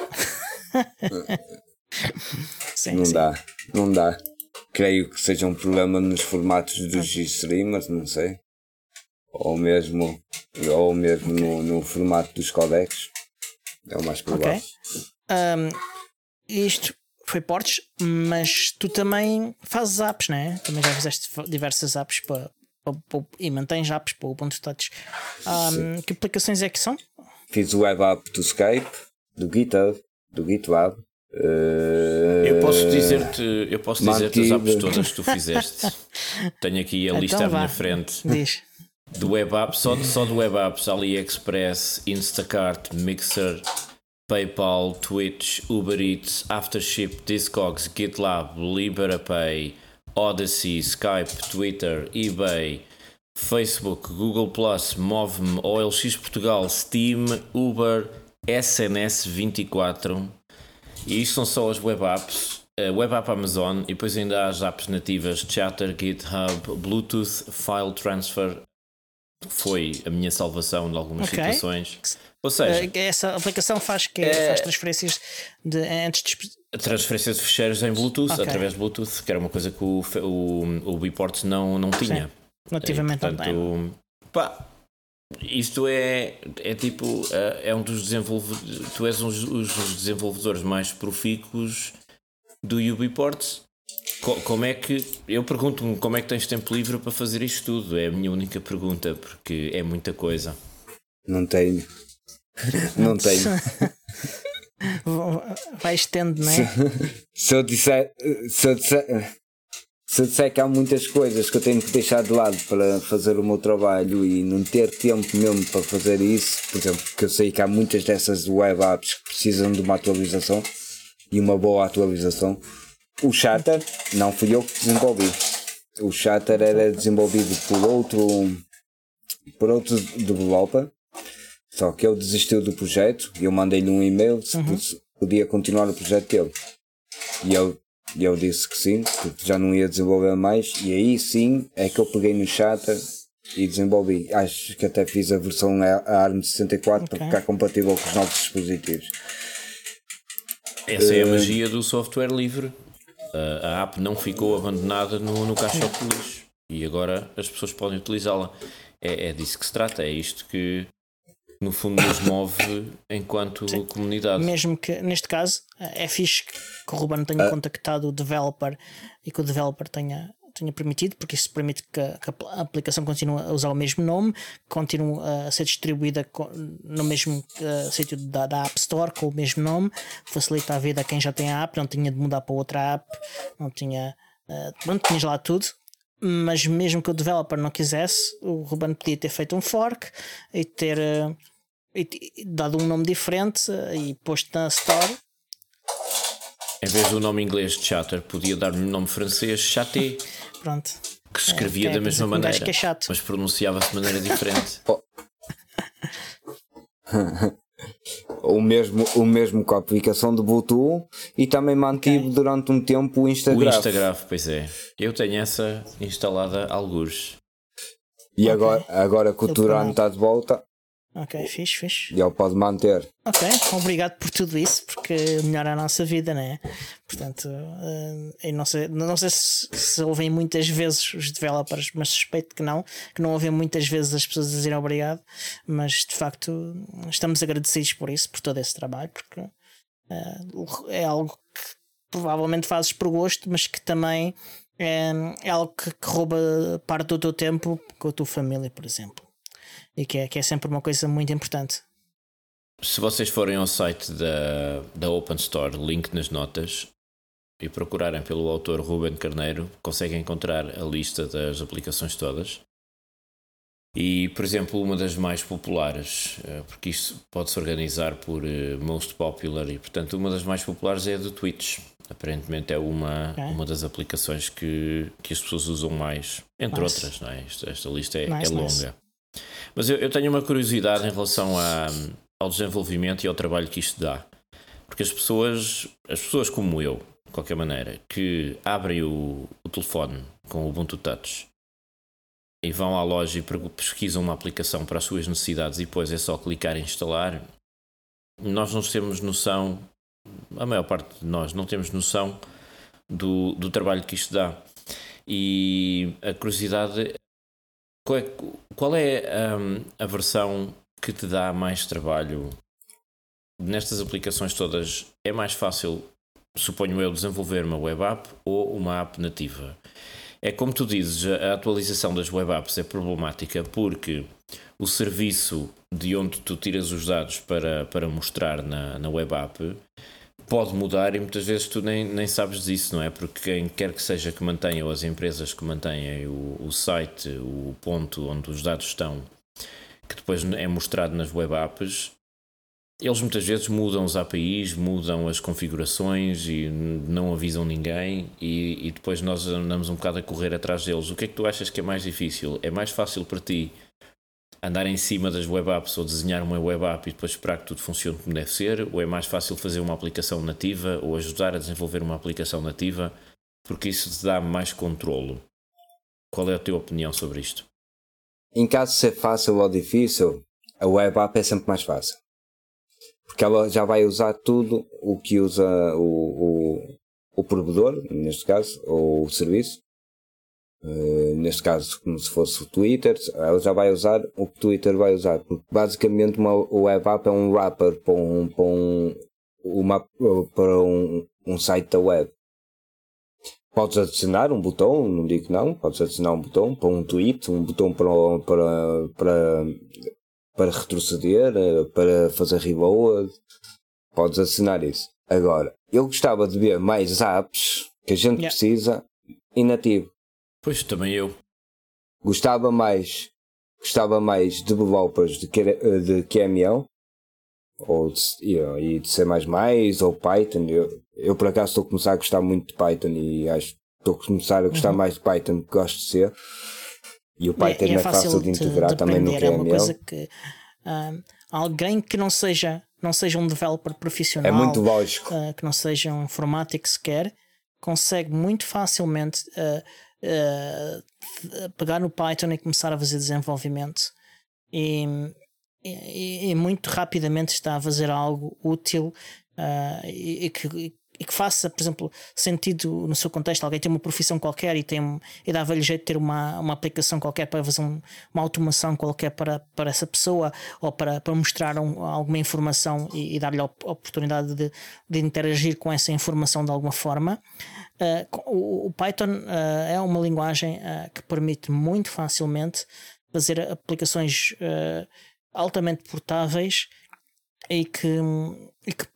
sim,
não
sim.
dá, não dá. Creio que seja um problema nos formatos dos G-Streamers, não sei. Ou mesmo, ou mesmo okay. no, no formato dos codecs. É o mais provável.
Okay. Um, isto foi ports, mas tu também fazes apps, não é? Também já fizeste diversas apps para, para, para, e mantens apps para o Ubuntu Touch. Um, que aplicações é que são?
Fiz o web app do Skype, do GitHub, do GitLab. Uh,
eu posso dizer-te eu posso dizer-te as apps todas que tu fizeste. Tenho aqui a lista então, à minha frente.
Diz.
de web apps, só, só de web apps, AliExpress, Instacart, Mixer, PayPal, Twitch, Uber Eats, Aftership, Discogs, GitLab, LiberaPay, Odyssey, Skype, Twitter, eBay, Facebook, Google Plus, Move-me, O L X Portugal, Steam, Uber, S N S vinte e quatro. E isto são só as web apps. Web App Amazon, e depois ainda há as apps nativas Chatter, GitHub, Bluetooth, File Transfer. Foi a minha salvação em algumas okay. situações. Ou seja,
essa aplicação faz que é, faz transferências de antes de...
transferências de ficheiros em Bluetooth, okay. através de Bluetooth, que era uma coisa que o, o, o Beports não, não tinha.
Sim. Nativamente, e, portanto,
pá, isto é, é tipo, é um dos desenvolvedores, tu és um dos desenvolvedores mais profícuos do Ubiports. Como é que, eu pergunto-me como é que tens tempo livre para fazer isto tudo? É a minha única pergunta, porque é muita coisa.
Não tenho. Não tenho.
Vai estendo, não é?
Se, se eu disser, se eu disser, se eu disser que há muitas coisas que eu tenho que deixar de lado para fazer o meu trabalho e não ter tempo mesmo para fazer isso, por exemplo, porque eu sei que há muitas dessas web apps que precisam de uma atualização e uma boa atualização. O Chatter não fui eu que desenvolvi. O Chatter era desenvolvido por outro por outro developer, só que ele desistiu do projeto e eu mandei-lhe um e-mail se uhum. podia continuar o projeto dele. E ele, ele disse que sim, que já não ia desenvolver mais, e aí sim é que eu peguei no Chatter e desenvolvi. Acho que até fiz a versão A R M sessenta e quatro okay. para ficar compatível com os novos dispositivos.
Essa é a magia do software livre. Uh, a app não ficou abandonada no, no caixote de lixo e agora as pessoas podem utilizá-la. É, é disso que se trata, é isto que no fundo nos move enquanto Sim. comunidade.
Mesmo que neste caso é fixe que o Ruben tenha uh. contactado o developer e que o developer tenha, tenha permitido, porque isso permite que a, que a aplicação continue a usar o mesmo nome, continue a ser distribuída no mesmo uh, sítio da, da App Store com o mesmo nome, facilita a vida a quem já tem a app, não tinha de mudar para outra app, não tinha, uh, pronto, tinhas lá tudo. Mas mesmo que o developer não quisesse, o Ruben podia ter feito um fork e ter uh, e, e dado um nome diferente uh, e posto na Store.
Em vez do nome inglês de Chatter, podia dar-lhe um nome francês, Chaté.
Pronto.
Que se escrevia é, da mesma maneira, que é chato. Mas pronunciava-se de maneira diferente.
Oh. o, mesmo, o mesmo com a aplicação de Bluetooth e também mantive okay. durante um tempo o Instagram.
O Instagram, pois é. Eu tenho essa instalada a algures.
E okay. agora, agora que o Turan está de volta.
Ok, fixe, fixe.
E ele pode manter.
Ok, obrigado por tudo isso, porque melhora a nossa vida, não é? Portanto, uh, eu não sei, não sei se, se ouvem muitas vezes os developers, mas suspeito que não, que não ouvem muitas vezes as pessoas dizerem obrigado, mas de facto estamos agradecidos por isso, por todo esse trabalho, porque uh, é algo que provavelmente fazes por gosto, mas que também é, é algo que, que rouba parte do teu tempo com a tua família, por exemplo. E que é, que é sempre uma coisa muito importante.
Se vocês forem ao site da, da Open Store, link nas notas, e procurarem pelo autor Ruben Carneiro, conseguem encontrar a lista das aplicações todas. E, por exemplo, uma das mais populares, porque isto pode-se organizar por most popular, e portanto uma das mais populares é a do Twitch. Aparentemente é uma, okay. uma das aplicações que, que as pessoas usam mais, entre nice. outras, não é? Esta, esta lista é, nice, é longa. Nice. Mas eu, eu tenho uma curiosidade em relação a, ao desenvolvimento e ao trabalho que isto dá. Porque as pessoas, as pessoas como eu, de qualquer maneira, que abrem o, o telefone com o Ubuntu Touch e vão à loja e pesquisam uma aplicação para as suas necessidades e depois é só clicar em instalar, nós não temos noção, a maior parte de nós não temos noção do, do trabalho que isto dá. E a curiosidade... Qual é, qual é um, a versão que te dá mais trabalho? Nestas aplicações todas é mais fácil, suponho eu, desenvolver uma web app ou uma app nativa? É como tu dizes, a atualização das web apps é problemática porque o serviço de onde tu tiras os dados para, para mostrar na, na web app pode mudar e muitas vezes tu nem, nem sabes disso, não é? Porque quem quer que seja que mantenha, ou as empresas que mantenham o, o site, o ponto onde os dados estão, que depois é mostrado nas web apps, eles muitas vezes mudam os A P Is, mudam as configurações e não avisam ninguém e, e depois nós andamos um bocado a correr atrás deles. O que é que tu achas que é mais difícil? É mais fácil para ti andar em cima das web apps ou desenhar uma web app e depois esperar que tudo funcione como deve ser? Ou é mais fácil fazer uma aplicação nativa ou ajudar a desenvolver uma aplicação nativa porque isso te dá mais controlo? Qual é a tua opinião sobre isto?
Em caso de ser fácil ou difícil, a web app é sempre mais fácil. Porque ela já vai usar tudo o que usa o, o, o provedor, neste caso, ou o serviço. Uh, neste caso, como se fosse o Twitter, ela já vai usar o que o Twitter vai usar. Porque basicamente uma web app é um wrapper para um, para um, uma, para um, um site da web. Podes adicionar um botão, não digo que não, podes adicionar um botão para um tweet, um botão para, para, para para retroceder, para fazer reload, podes assinar isso. Agora, eu gostava de ver mais apps que a gente yeah. precisa inativo.
Pois, também eu.
Gostava mais, gostava mais de developers de, de Q M L ou de, e de C mais mais, ou Python. Eu, eu por acaso estou a começar a gostar muito de Python e acho que estou a começar a gostar uhum. mais de Python que gosto de C. E o Python é, é, é fácil, fácil de integrar de também no Q M L. É
uma coisa que uh, alguém que não seja, não seja um developer profissional,
é muito lógico.
Uh, que não seja um informático sequer, consegue muito facilmente uh, uh, pegar no Python e começar a fazer desenvolvimento e, e, e muito rapidamente está a fazer algo útil uh, e, e que e que faça, por exemplo, sentido no seu contexto. Alguém tem uma profissão qualquer e, tem, e dava-lhe jeito de ter uma, uma aplicação qualquer para fazer um, uma automação qualquer para, para essa pessoa ou para, para mostrar um, alguma informação e, e dar-lhe a oportunidade de, de interagir com essa informação de alguma forma. Uh, o, o Python uh, é uma linguagem uh, que permite muito facilmente fazer aplicações uh, altamente portáveis e que, e que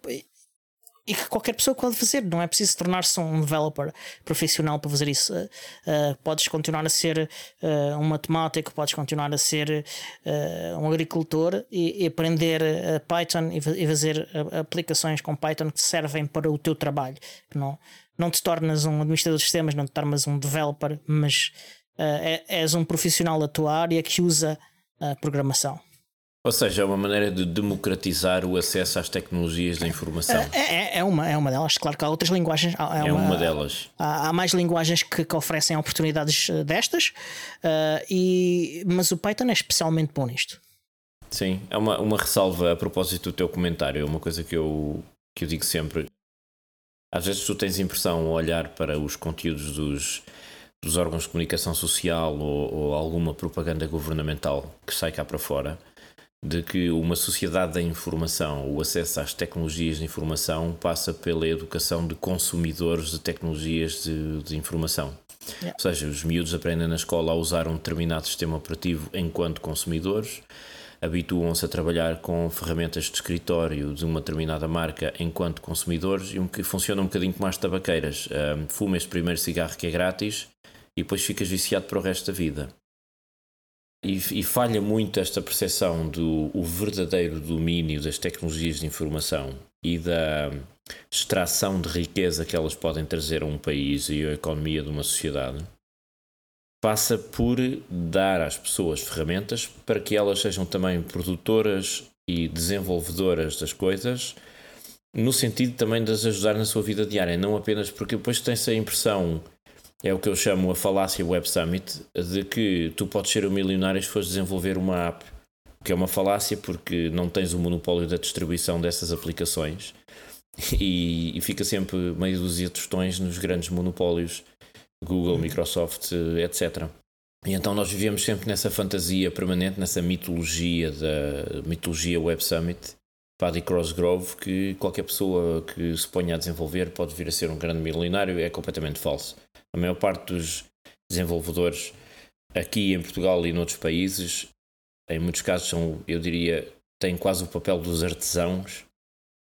E que qualquer pessoa pode fazer, não é preciso tornar-se um developer profissional para fazer isso. Uh, podes continuar a ser uh, um matemático, podes continuar a ser uh, um agricultor e, e aprender uh, Python e, e fazer uh, aplicações com Python que te servem para o teu trabalho. Não, não te tornas um administrador de sistemas, não te tornas um developer, mas uh, é, és um profissional da tua área que usa a programação.
Ou seja, é uma maneira de democratizar o acesso às tecnologias da informação.
É, é, uma, é uma delas. Claro que há outras linguagens. Há,
é uma, uma delas.
Há, há mais linguagens que, que oferecem oportunidades destas, uh, e, mas o Python é especialmente bom nisto.
Sim, é uma, uma ressalva a propósito do teu comentário. É uma coisa que eu, que eu digo sempre. Às vezes tu tens a impressão ao olhar para os conteúdos dos, dos órgãos de comunicação social ou, ou alguma propaganda governamental que sai cá para fora, de que uma sociedade da informação, o acesso às tecnologias de informação passa pela educação de consumidores de tecnologias de, de informação. Yeah. Ou seja, os miúdos aprendem na escola a usar um determinado sistema operativo enquanto consumidores, habituam-se a trabalhar com ferramentas de escritório de uma determinada marca enquanto consumidores e um, que funcionam um bocadinho como as tabaqueiras. Um, fuma este primeiro cigarro que é grátis e depois ficas viciado para o resto da vida. E, e falha muito esta percepção do o verdadeiro domínio das tecnologias de informação e da extração de riqueza que elas podem trazer a um país e à economia de uma sociedade. Passa por dar às pessoas ferramentas para que elas sejam também produtoras e desenvolvedoras das coisas, no sentido também de as ajudar na sua vida diária, não apenas porque depois tem-se a impressão. É o que eu chamo a falácia Web Summit, de que tu podes ser um milionário se fores desenvolver uma app, que é uma falácia porque não tens o monopólio da distribuição dessas aplicações e, e fica sempre meio dúzia de tostões nos grandes monopólios, Google, Microsoft, etcétera. E então nós vivemos sempre nessa fantasia permanente, nessa mitologia da mitologia Web Summit, Paddy Crossgrove, que qualquer pessoa que se ponha a desenvolver pode vir a ser um grande milionário. É completamente falso. A maior parte dos desenvolvedores aqui em Portugal e noutros países, em muitos casos são, eu diria, têm quase o papel dos artesãos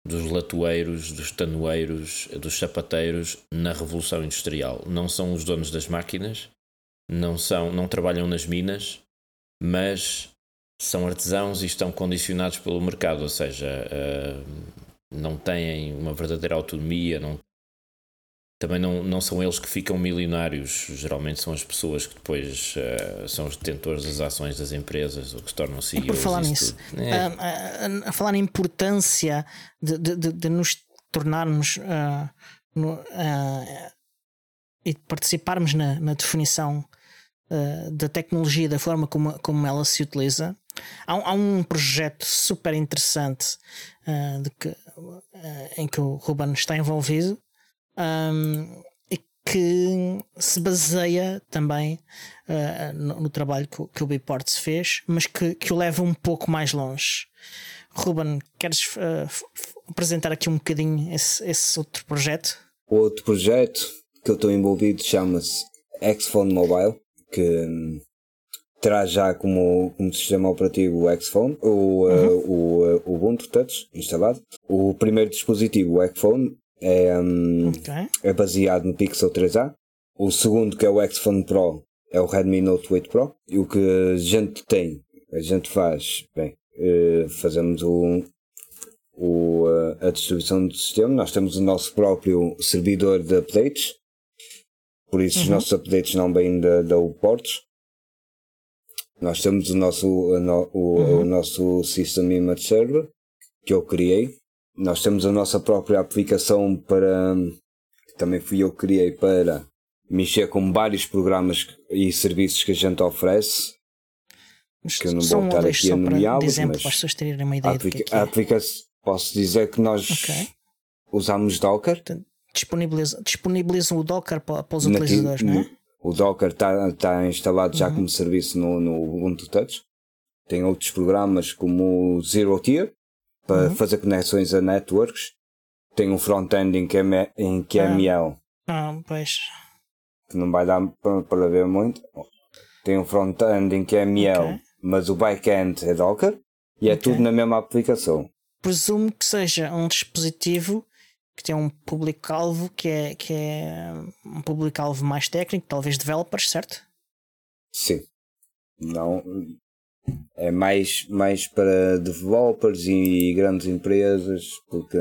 dos latoeiros, dos tanoeiros, dos sapateiros na Revolução Industrial. Não são os donos das máquinas, não, são, não trabalham nas minas, mas são artesãos e estão condicionados pelo mercado, ou seja, uh, não têm uma verdadeira autonomia, não, também não, não são eles que ficam milionários, geralmente são as pessoas que depois uh, são os detentores das ações das empresas ou que se tornam C E Os.
Por falar nisso, é. a, a, a falar na importância de, de, de, de nos tornarmos uh, no, uh, e de participarmos na, na definição uh, da tecnologia, da forma como, como ela se utiliza. Há, há um projeto super interessante uh, de que, uh, em que o Ruben está envolvido. Um, e que se baseia também uh, no, no trabalho que, que o Biports fez, mas que, que o leva um pouco mais longe. Ruben, queres uh, f- f- apresentar aqui um bocadinho esse, esse outro projeto?
O outro projeto que eu estou envolvido chama-se Xphone Mobile, que hum, traz já como, como sistema operativo o Xphone, o, uhum. uh, o, uh, o Ubuntu Touch instalado. O primeiro dispositivo, o Xphone, É, um, okay. é baseado no Pixel três A. O segundo, que é o Xphone Pro, é o Redmi Note oito Pro. E o que a gente tem, a gente faz, bem, uh, fazemos o, o, uh, a distribuição do sistema. Nós temos o nosso próprio servidor de updates, por isso uhum. os nossos updates não vêm da, da Uports. Nós temos o nosso, o, o, uhum. o nosso System Image Server, que eu criei. Nós temos a nossa própria aplicação para, que também fui eu que criei, para mexer com vários programas e serviços que a gente oferece, mas que eu não vou estar aqui a nomeá-los, mas
para as pessoas terem uma ideia
aplica-
do que é.
a aplicação, posso dizer que nós okay. usamos Docker.
Disponibilizam, disponibilizam o Docker para, para os Nati- utilizadores, não é?
O Docker está tá instalado já uhum. como serviço no, no Ubuntu Touch. Tem outros programas como o Zero Tier, para uhum. fazer conexões a networks. Tem um front-end em Q M L.
Ah, ah, pois.
Que não vai dar para, para ver muito. Tem um front-end em Q M L, okay. mas o back-end é Docker. E é okay. tudo na mesma aplicação.
Presumo que seja um dispositivo que tem um público-alvo que é, que é um público-alvo mais técnico, talvez developers, certo?
Sim. Não... É mais, mais para developers e grandes empresas, porque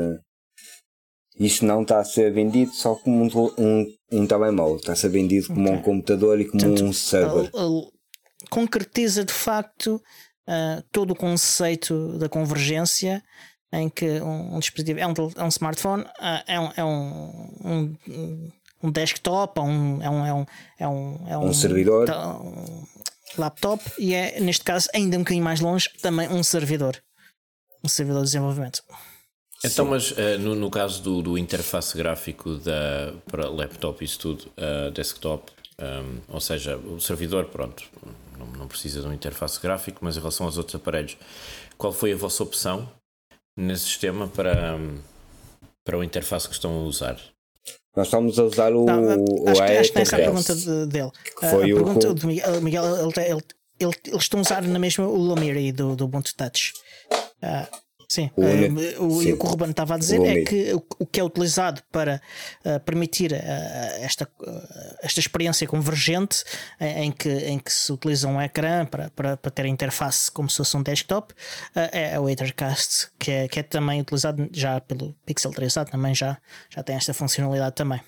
isto não está a ser vendido só como um, um, um telemóvel, está a ser vendido como okay. um computador e como Portanto, um server. A, a, concretiza de facto uh, todo o conceito da convergência, em que um, um dispositivo é um, é um smartphone, uh, é, um, é um, um, um desktop, é um, é um, é um, é um, é um, um servidor.
Um, laptop e é, neste caso, ainda um bocadinho mais longe, também um servidor. Um servidor de desenvolvimento.
Então, Sim. mas uh, no, no caso do, do interface gráfico da, para laptop e isso tudo, uh, desktop, um, ou seja, o servidor, pronto, não, não precisa de um interface gráfico, mas em relação aos outros aparelhos, qual foi a vossa opção nesse sistema para, um, para o interface que estão a usar?
Nós estamos a usar o,
não,
o
acho, que, acho que essa é a pergunta de, dele.
Foi
a
o
pergunta do Miguel, Miguel ele, ele, ele, eles estão a usar na mesma o Lumiri do, do Ubuntu Touch. Uh, sim, o, uh, o, sim. o que o Ruben estava a dizer é que o, o que é utilizado para uh, permitir uh, esta, uh, esta experiência convergente uh, em, que, em que se utiliza um ecrã para, para, para ter a interface como se fosse um desktop, uh, é o Ethercast, que é, que é também utilizado já pelo Pixel três A, também já, já tem esta funcionalidade também.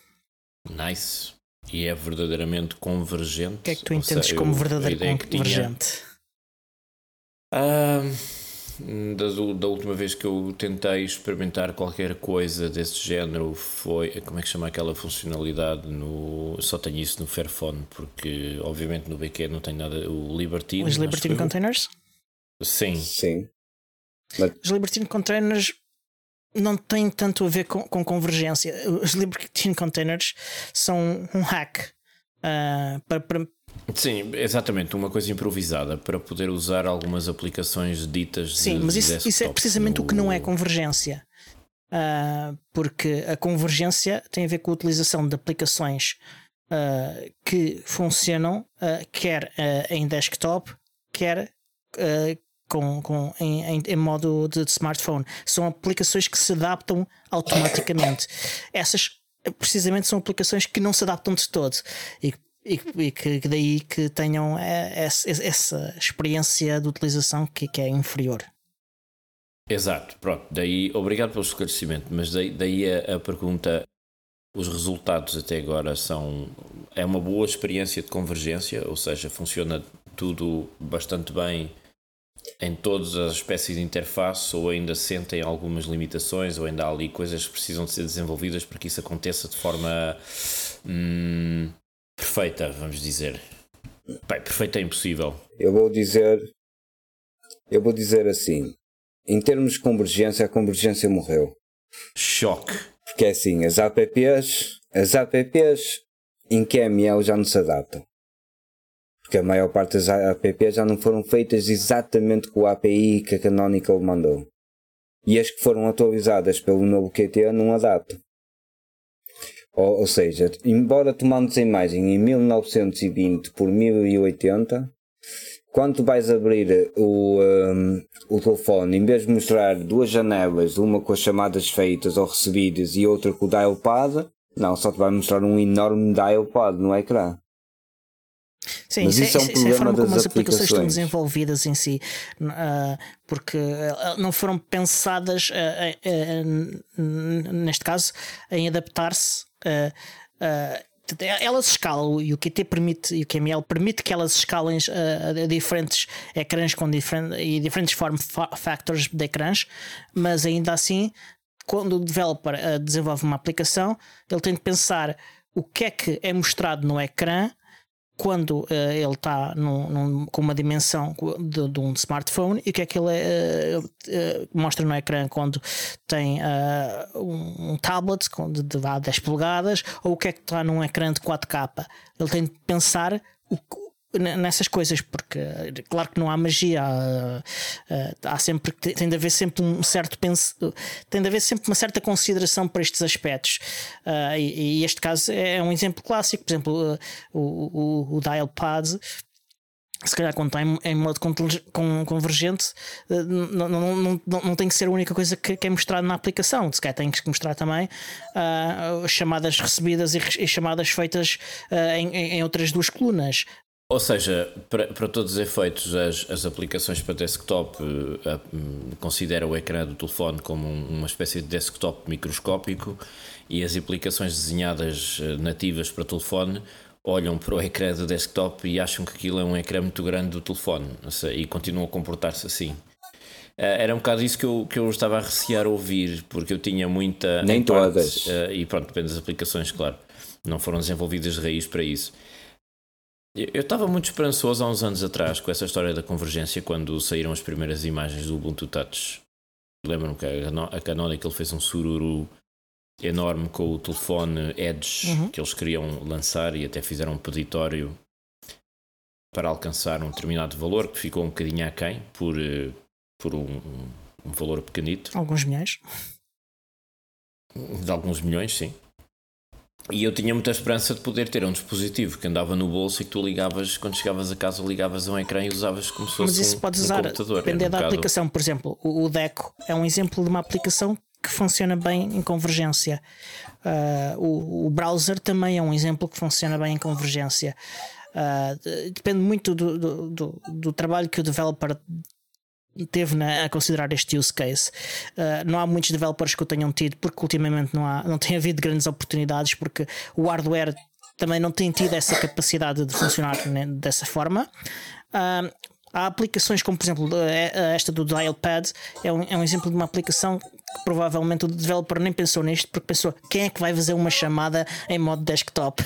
Nice. E é verdadeiramente convergente. O
que é que tu entendes como verdadeiro convergente?
Ah, da, da última vez que eu tentei experimentar qualquer coisa desse género foi, como é que chama aquela funcionalidade no, só tenho isso no Fairphone, porque obviamente no B Q não tem nada, o Libertine.
Os Libertine Containers?
Sim.
Sim.
Mas... Os Libertine Containers não têm tanto a ver com, com convergência. Os Libertine Containers são um hack uh, para, para
Sim, exatamente, uma coisa improvisada para poder usar algumas aplicações ditas.
Sim,
de,
mas
de
isso, isso é precisamente no... o que não é convergência, uh, porque a convergência tem a ver com a utilização de aplicações uh, que funcionam uh, quer uh, em desktop, quer uh, com, com, em, em, em modo de, de smartphone. São aplicações que se adaptam automaticamente. Essas precisamente são aplicações que não se adaptam de todo e, e, e que daí que tenham essa, essa experiência de utilização que, que é inferior.
Exato, pronto, daí obrigado pelo esclarecimento, mas daí, daí a, a pergunta, os resultados até agora são, é uma boa experiência de convergência, ou seja, funciona tudo bastante bem em todas as espécies de interface, ou ainda sentem algumas limitações, ou ainda há ali coisas que precisam de ser desenvolvidas para que isso aconteça de forma hum, perfeita, vamos dizer. Bem, perfeita é impossível.
Eu vou dizer, eu vou dizer assim, em termos de convergência, a convergência morreu.
Choque.
Porque é assim, as apps, as apps em Q M L já não se adaptam. Porque a maior parte das apps já não foram feitas exatamente com a A P I que a Canonical mandou. E as que foram atualizadas pelo novo Q T não adaptam. Ou, ou seja, embora tomando a imagem em mil novecentos e vinte por mil e oitenta, quando tu vais abrir o, um, o telefone, em vez de mostrar duas janelas, uma com as chamadas feitas ou recebidas e outra com o dial pad, não, só te vai mostrar um enorme dial pad no ecrã.
Sim, mas isso, isso é um isso problema é a forma como as aplicações estão desenvolvidas em si, uh, porque uh, não foram pensadas, uh, uh, uh, neste caso, em adaptar-se. Uh, uh, Elas escalam e o Qt permite, e o Q M L permite que elas escalem a, a diferentes ecrãs com diferente, e diferentes form factors de ecrãs, mas ainda assim, quando o developer uh, desenvolve uma aplicação, ele tem de pensar o que é que é mostrado no ecrã quando uh, ele está com uma dimensão de, de um smartphone e o que é que ele uh, uh, mostra no ecrã quando tem uh, um, um tablet com de, de dez polegadas, ou o que é que está num ecrã de quatro K. Ele tem de pensar o, nessas coisas, porque claro que não há magia, há, há sempre, tem de haver sempre um certo penso, tem de haver sempre uma certa consideração para estes aspectos, uh, e, e este caso é um exemplo clássico. Por exemplo, uh, o, o, o dial pad, se calhar quando está em, em modo convergente, uh, não, não, não, não, não tem que ser a única coisa que, que é mostrada na aplicação. Se calhar tem que mostrar também uh, chamadas recebidas e, e chamadas feitas uh, em, em outras duas colunas.
Ou seja, para, para todos os efeitos, as, as aplicações para desktop uh, uh, consideram o ecrã do telefone como um, uma espécie de desktop microscópico, e as aplicações desenhadas uh, nativas para telefone olham para o ecrã do desktop e acham que aquilo é um ecrã muito grande do telefone, seja, e continuam a comportar-se assim. Uh, era um bocado isso que eu, que eu estava a recear ouvir, porque eu tinha muita...
Nem todas.
Uh, e pronto, depende das aplicações, claro. Não foram desenvolvidas de raiz para isso. Eu estava muito esperançoso há uns anos atrás com essa história da convergência, quando saíram as primeiras imagens do Ubuntu Touch. Lembram-me que a Canonical fez um sururu enorme com o telefone Edge, uhum, que eles queriam lançar, e até fizeram um peditório para alcançar um determinado valor que ficou um bocadinho aquém por, por um, um valor pequenito.
Alguns milhões.
De alguns milhões, sim. E eu tinha muita esperança de poder ter um dispositivo que andava no bolso e que tu ligavas, quando chegavas a casa, ligavas a um ecrã e usavas como se fosse um,
Mas isso
um,
podes
um
usar,
computador.
depender
um
da
bocado...
aplicação. Por exemplo, o, o Deco é um exemplo de uma aplicação que funciona bem em convergência. Uh, o, o browser também é um exemplo que funciona bem em convergência. Uh, depende muito do, do, do, do trabalho que o developer teve na, a considerar este use case. Uh, não há muitos developers que o tenham tido, porque ultimamente não, há, não tem havido grandes oportunidades, porque o hardware também não tem tido essa capacidade de funcionar, né, dessa forma. Uh, há aplicações como, por exemplo, esta do Dialpad é um, é um exemplo de uma aplicação que provavelmente o developer nem pensou nisto, porque pensou: quem é que vai fazer uma chamada em modo desktop?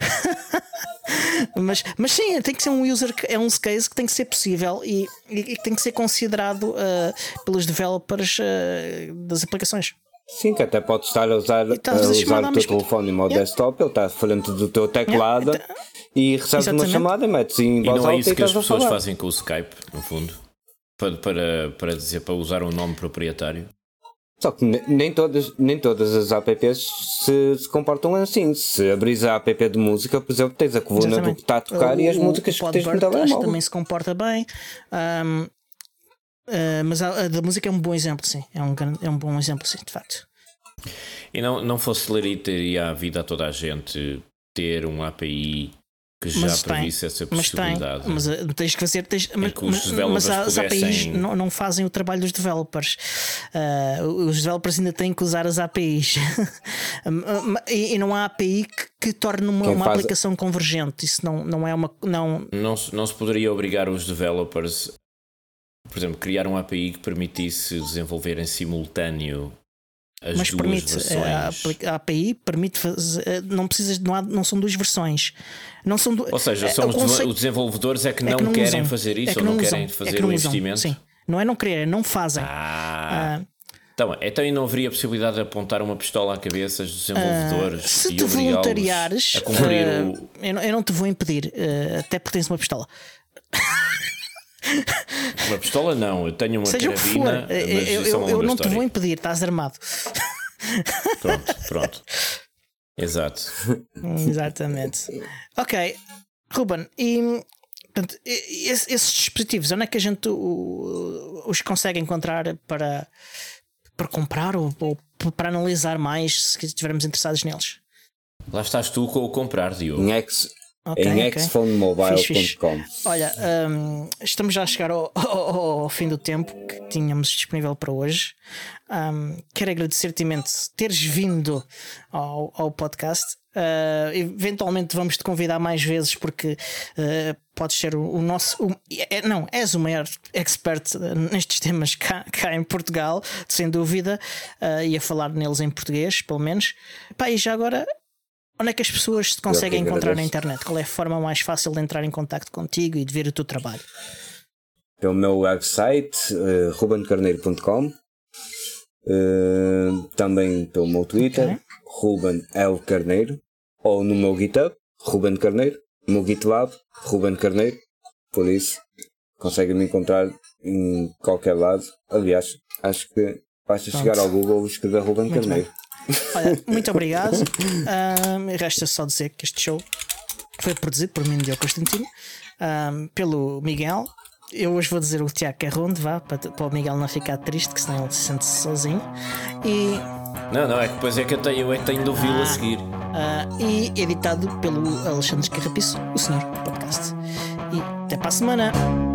Mas, mas sim, tem que ser um user, é um use case que tem que ser possível e, e que tem que ser considerado uh, pelos developers uh, das aplicações.
Sim, que até pode estar a usar, a usar o teu telefone em modo yeah. desktop, ele está frente do teu teclado, yeah. e recebes uma chamada e metes em voz alta.
E não é isso que as pessoas fazem com o Skype, no fundo, para, para, para dizer, para usar um nome proprietário.
Só que nem todas, nem todas as apps se, se comportam assim. Se abris a app de música, por exemplo, tens a coluna Exatamente. do que está a tocar o, e as músicas que tens no telemóvel.
Também se comporta bem. Um, Uh, mas a, a da música é um bom exemplo, sim. É um, é um bom exemplo, sim, de facto.
E não, não facilitaria a vida a toda a gente ter um A P I que já mas previsse tem, essa possibilidade?
Mas, tem, mas tens que fazer. Tens, mas mas, mas as A P Is não, não fazem o trabalho dos developers. Uh, os developers ainda têm que usar as A P Is. e, e não há A P I que, que torne uma, uma faz... aplicação convergente. Isso não, não é uma. Não...
Não, não se poderia obrigar os developers, por exemplo, criar um A P I que permitisse desenvolver em simultâneo as
mas
duas
permite,
versões.
A A P I permite fazer, não precisas, não, há, não são duas versões. Não são du...
Ou seja, são os, conceito... os desenvolvedores é que não, é que não querem usam. fazer isso, é ou não, não querem fazer é que não o investimento.
Sim. Não é não querer, é não fazem.
Ah. ah. Então, então não haveria a possibilidade de apontar uma pistola à cabeça dos desenvolvedores uh,
se
e
te voluntariares
a cumprir
uh,
o...
eu, não, eu não te vou impedir, uh, até porque tens uma pistola.
Uma pistola não, eu tenho uma
Seja
carabina.
Eu, eu, eu, eu não te vou impedir, estás armado.
Pronto, pronto. Exato.
Exatamente. Ok, Ruben, e portanto, esses, esses dispositivos, onde é que a gente o, os consegue encontrar para, para comprar ou, ou para analisar mais se estivermos interessados neles?
Lá estás tu com o comprar, Diogo.
Em X. Okay, em okay. x phone mobile ponto com.
Olha, um, estamos já a chegar ao, ao, ao fim do tempo que tínhamos disponível para hoje. Um, quero agradecer-te imenso teres vindo ao, ao podcast. Uh, eventualmente vamos te convidar mais vezes porque uh, podes ser o, o nosso. O, é, não, és o maior expert nestes temas cá, cá em Portugal, sem dúvida, uh, e a falar neles em português, pelo menos. Pá, e já agora. Onde é que as pessoas te conseguem encontrar na internet? Qual é a forma mais fácil de entrar em contacto contigo e de ver o teu trabalho?
Pelo meu website, uh, ruben carneiro ponto com, uh, também pelo meu Twitter, okay. Ruben L. Carneiro, ou no meu GitHub, Ruben Carneiro, no meu GitLab, Ruben Carneiro. Por isso, conseguem me encontrar em qualquer lado. Aliás, acho que basta Pronto. chegar ao Google e escrever Ruben Muito Carneiro. Bem.
Olha, muito obrigado. Um, resta só dizer que este show foi produzido por mim, Diogo Constantino, um, pelo Miguel. Eu hoje vou dizer o Tiago Carronde, vá, para, para o Miguel não ficar triste, que senão ele se sente sozinho. E...
Não, não, é que depois é que eu tenho, eu é que tenho de ouvi-lo ah, a seguir.
Uh, e editado pelo Alexandre Carrapiço, o senhor podcast. E até para a semana.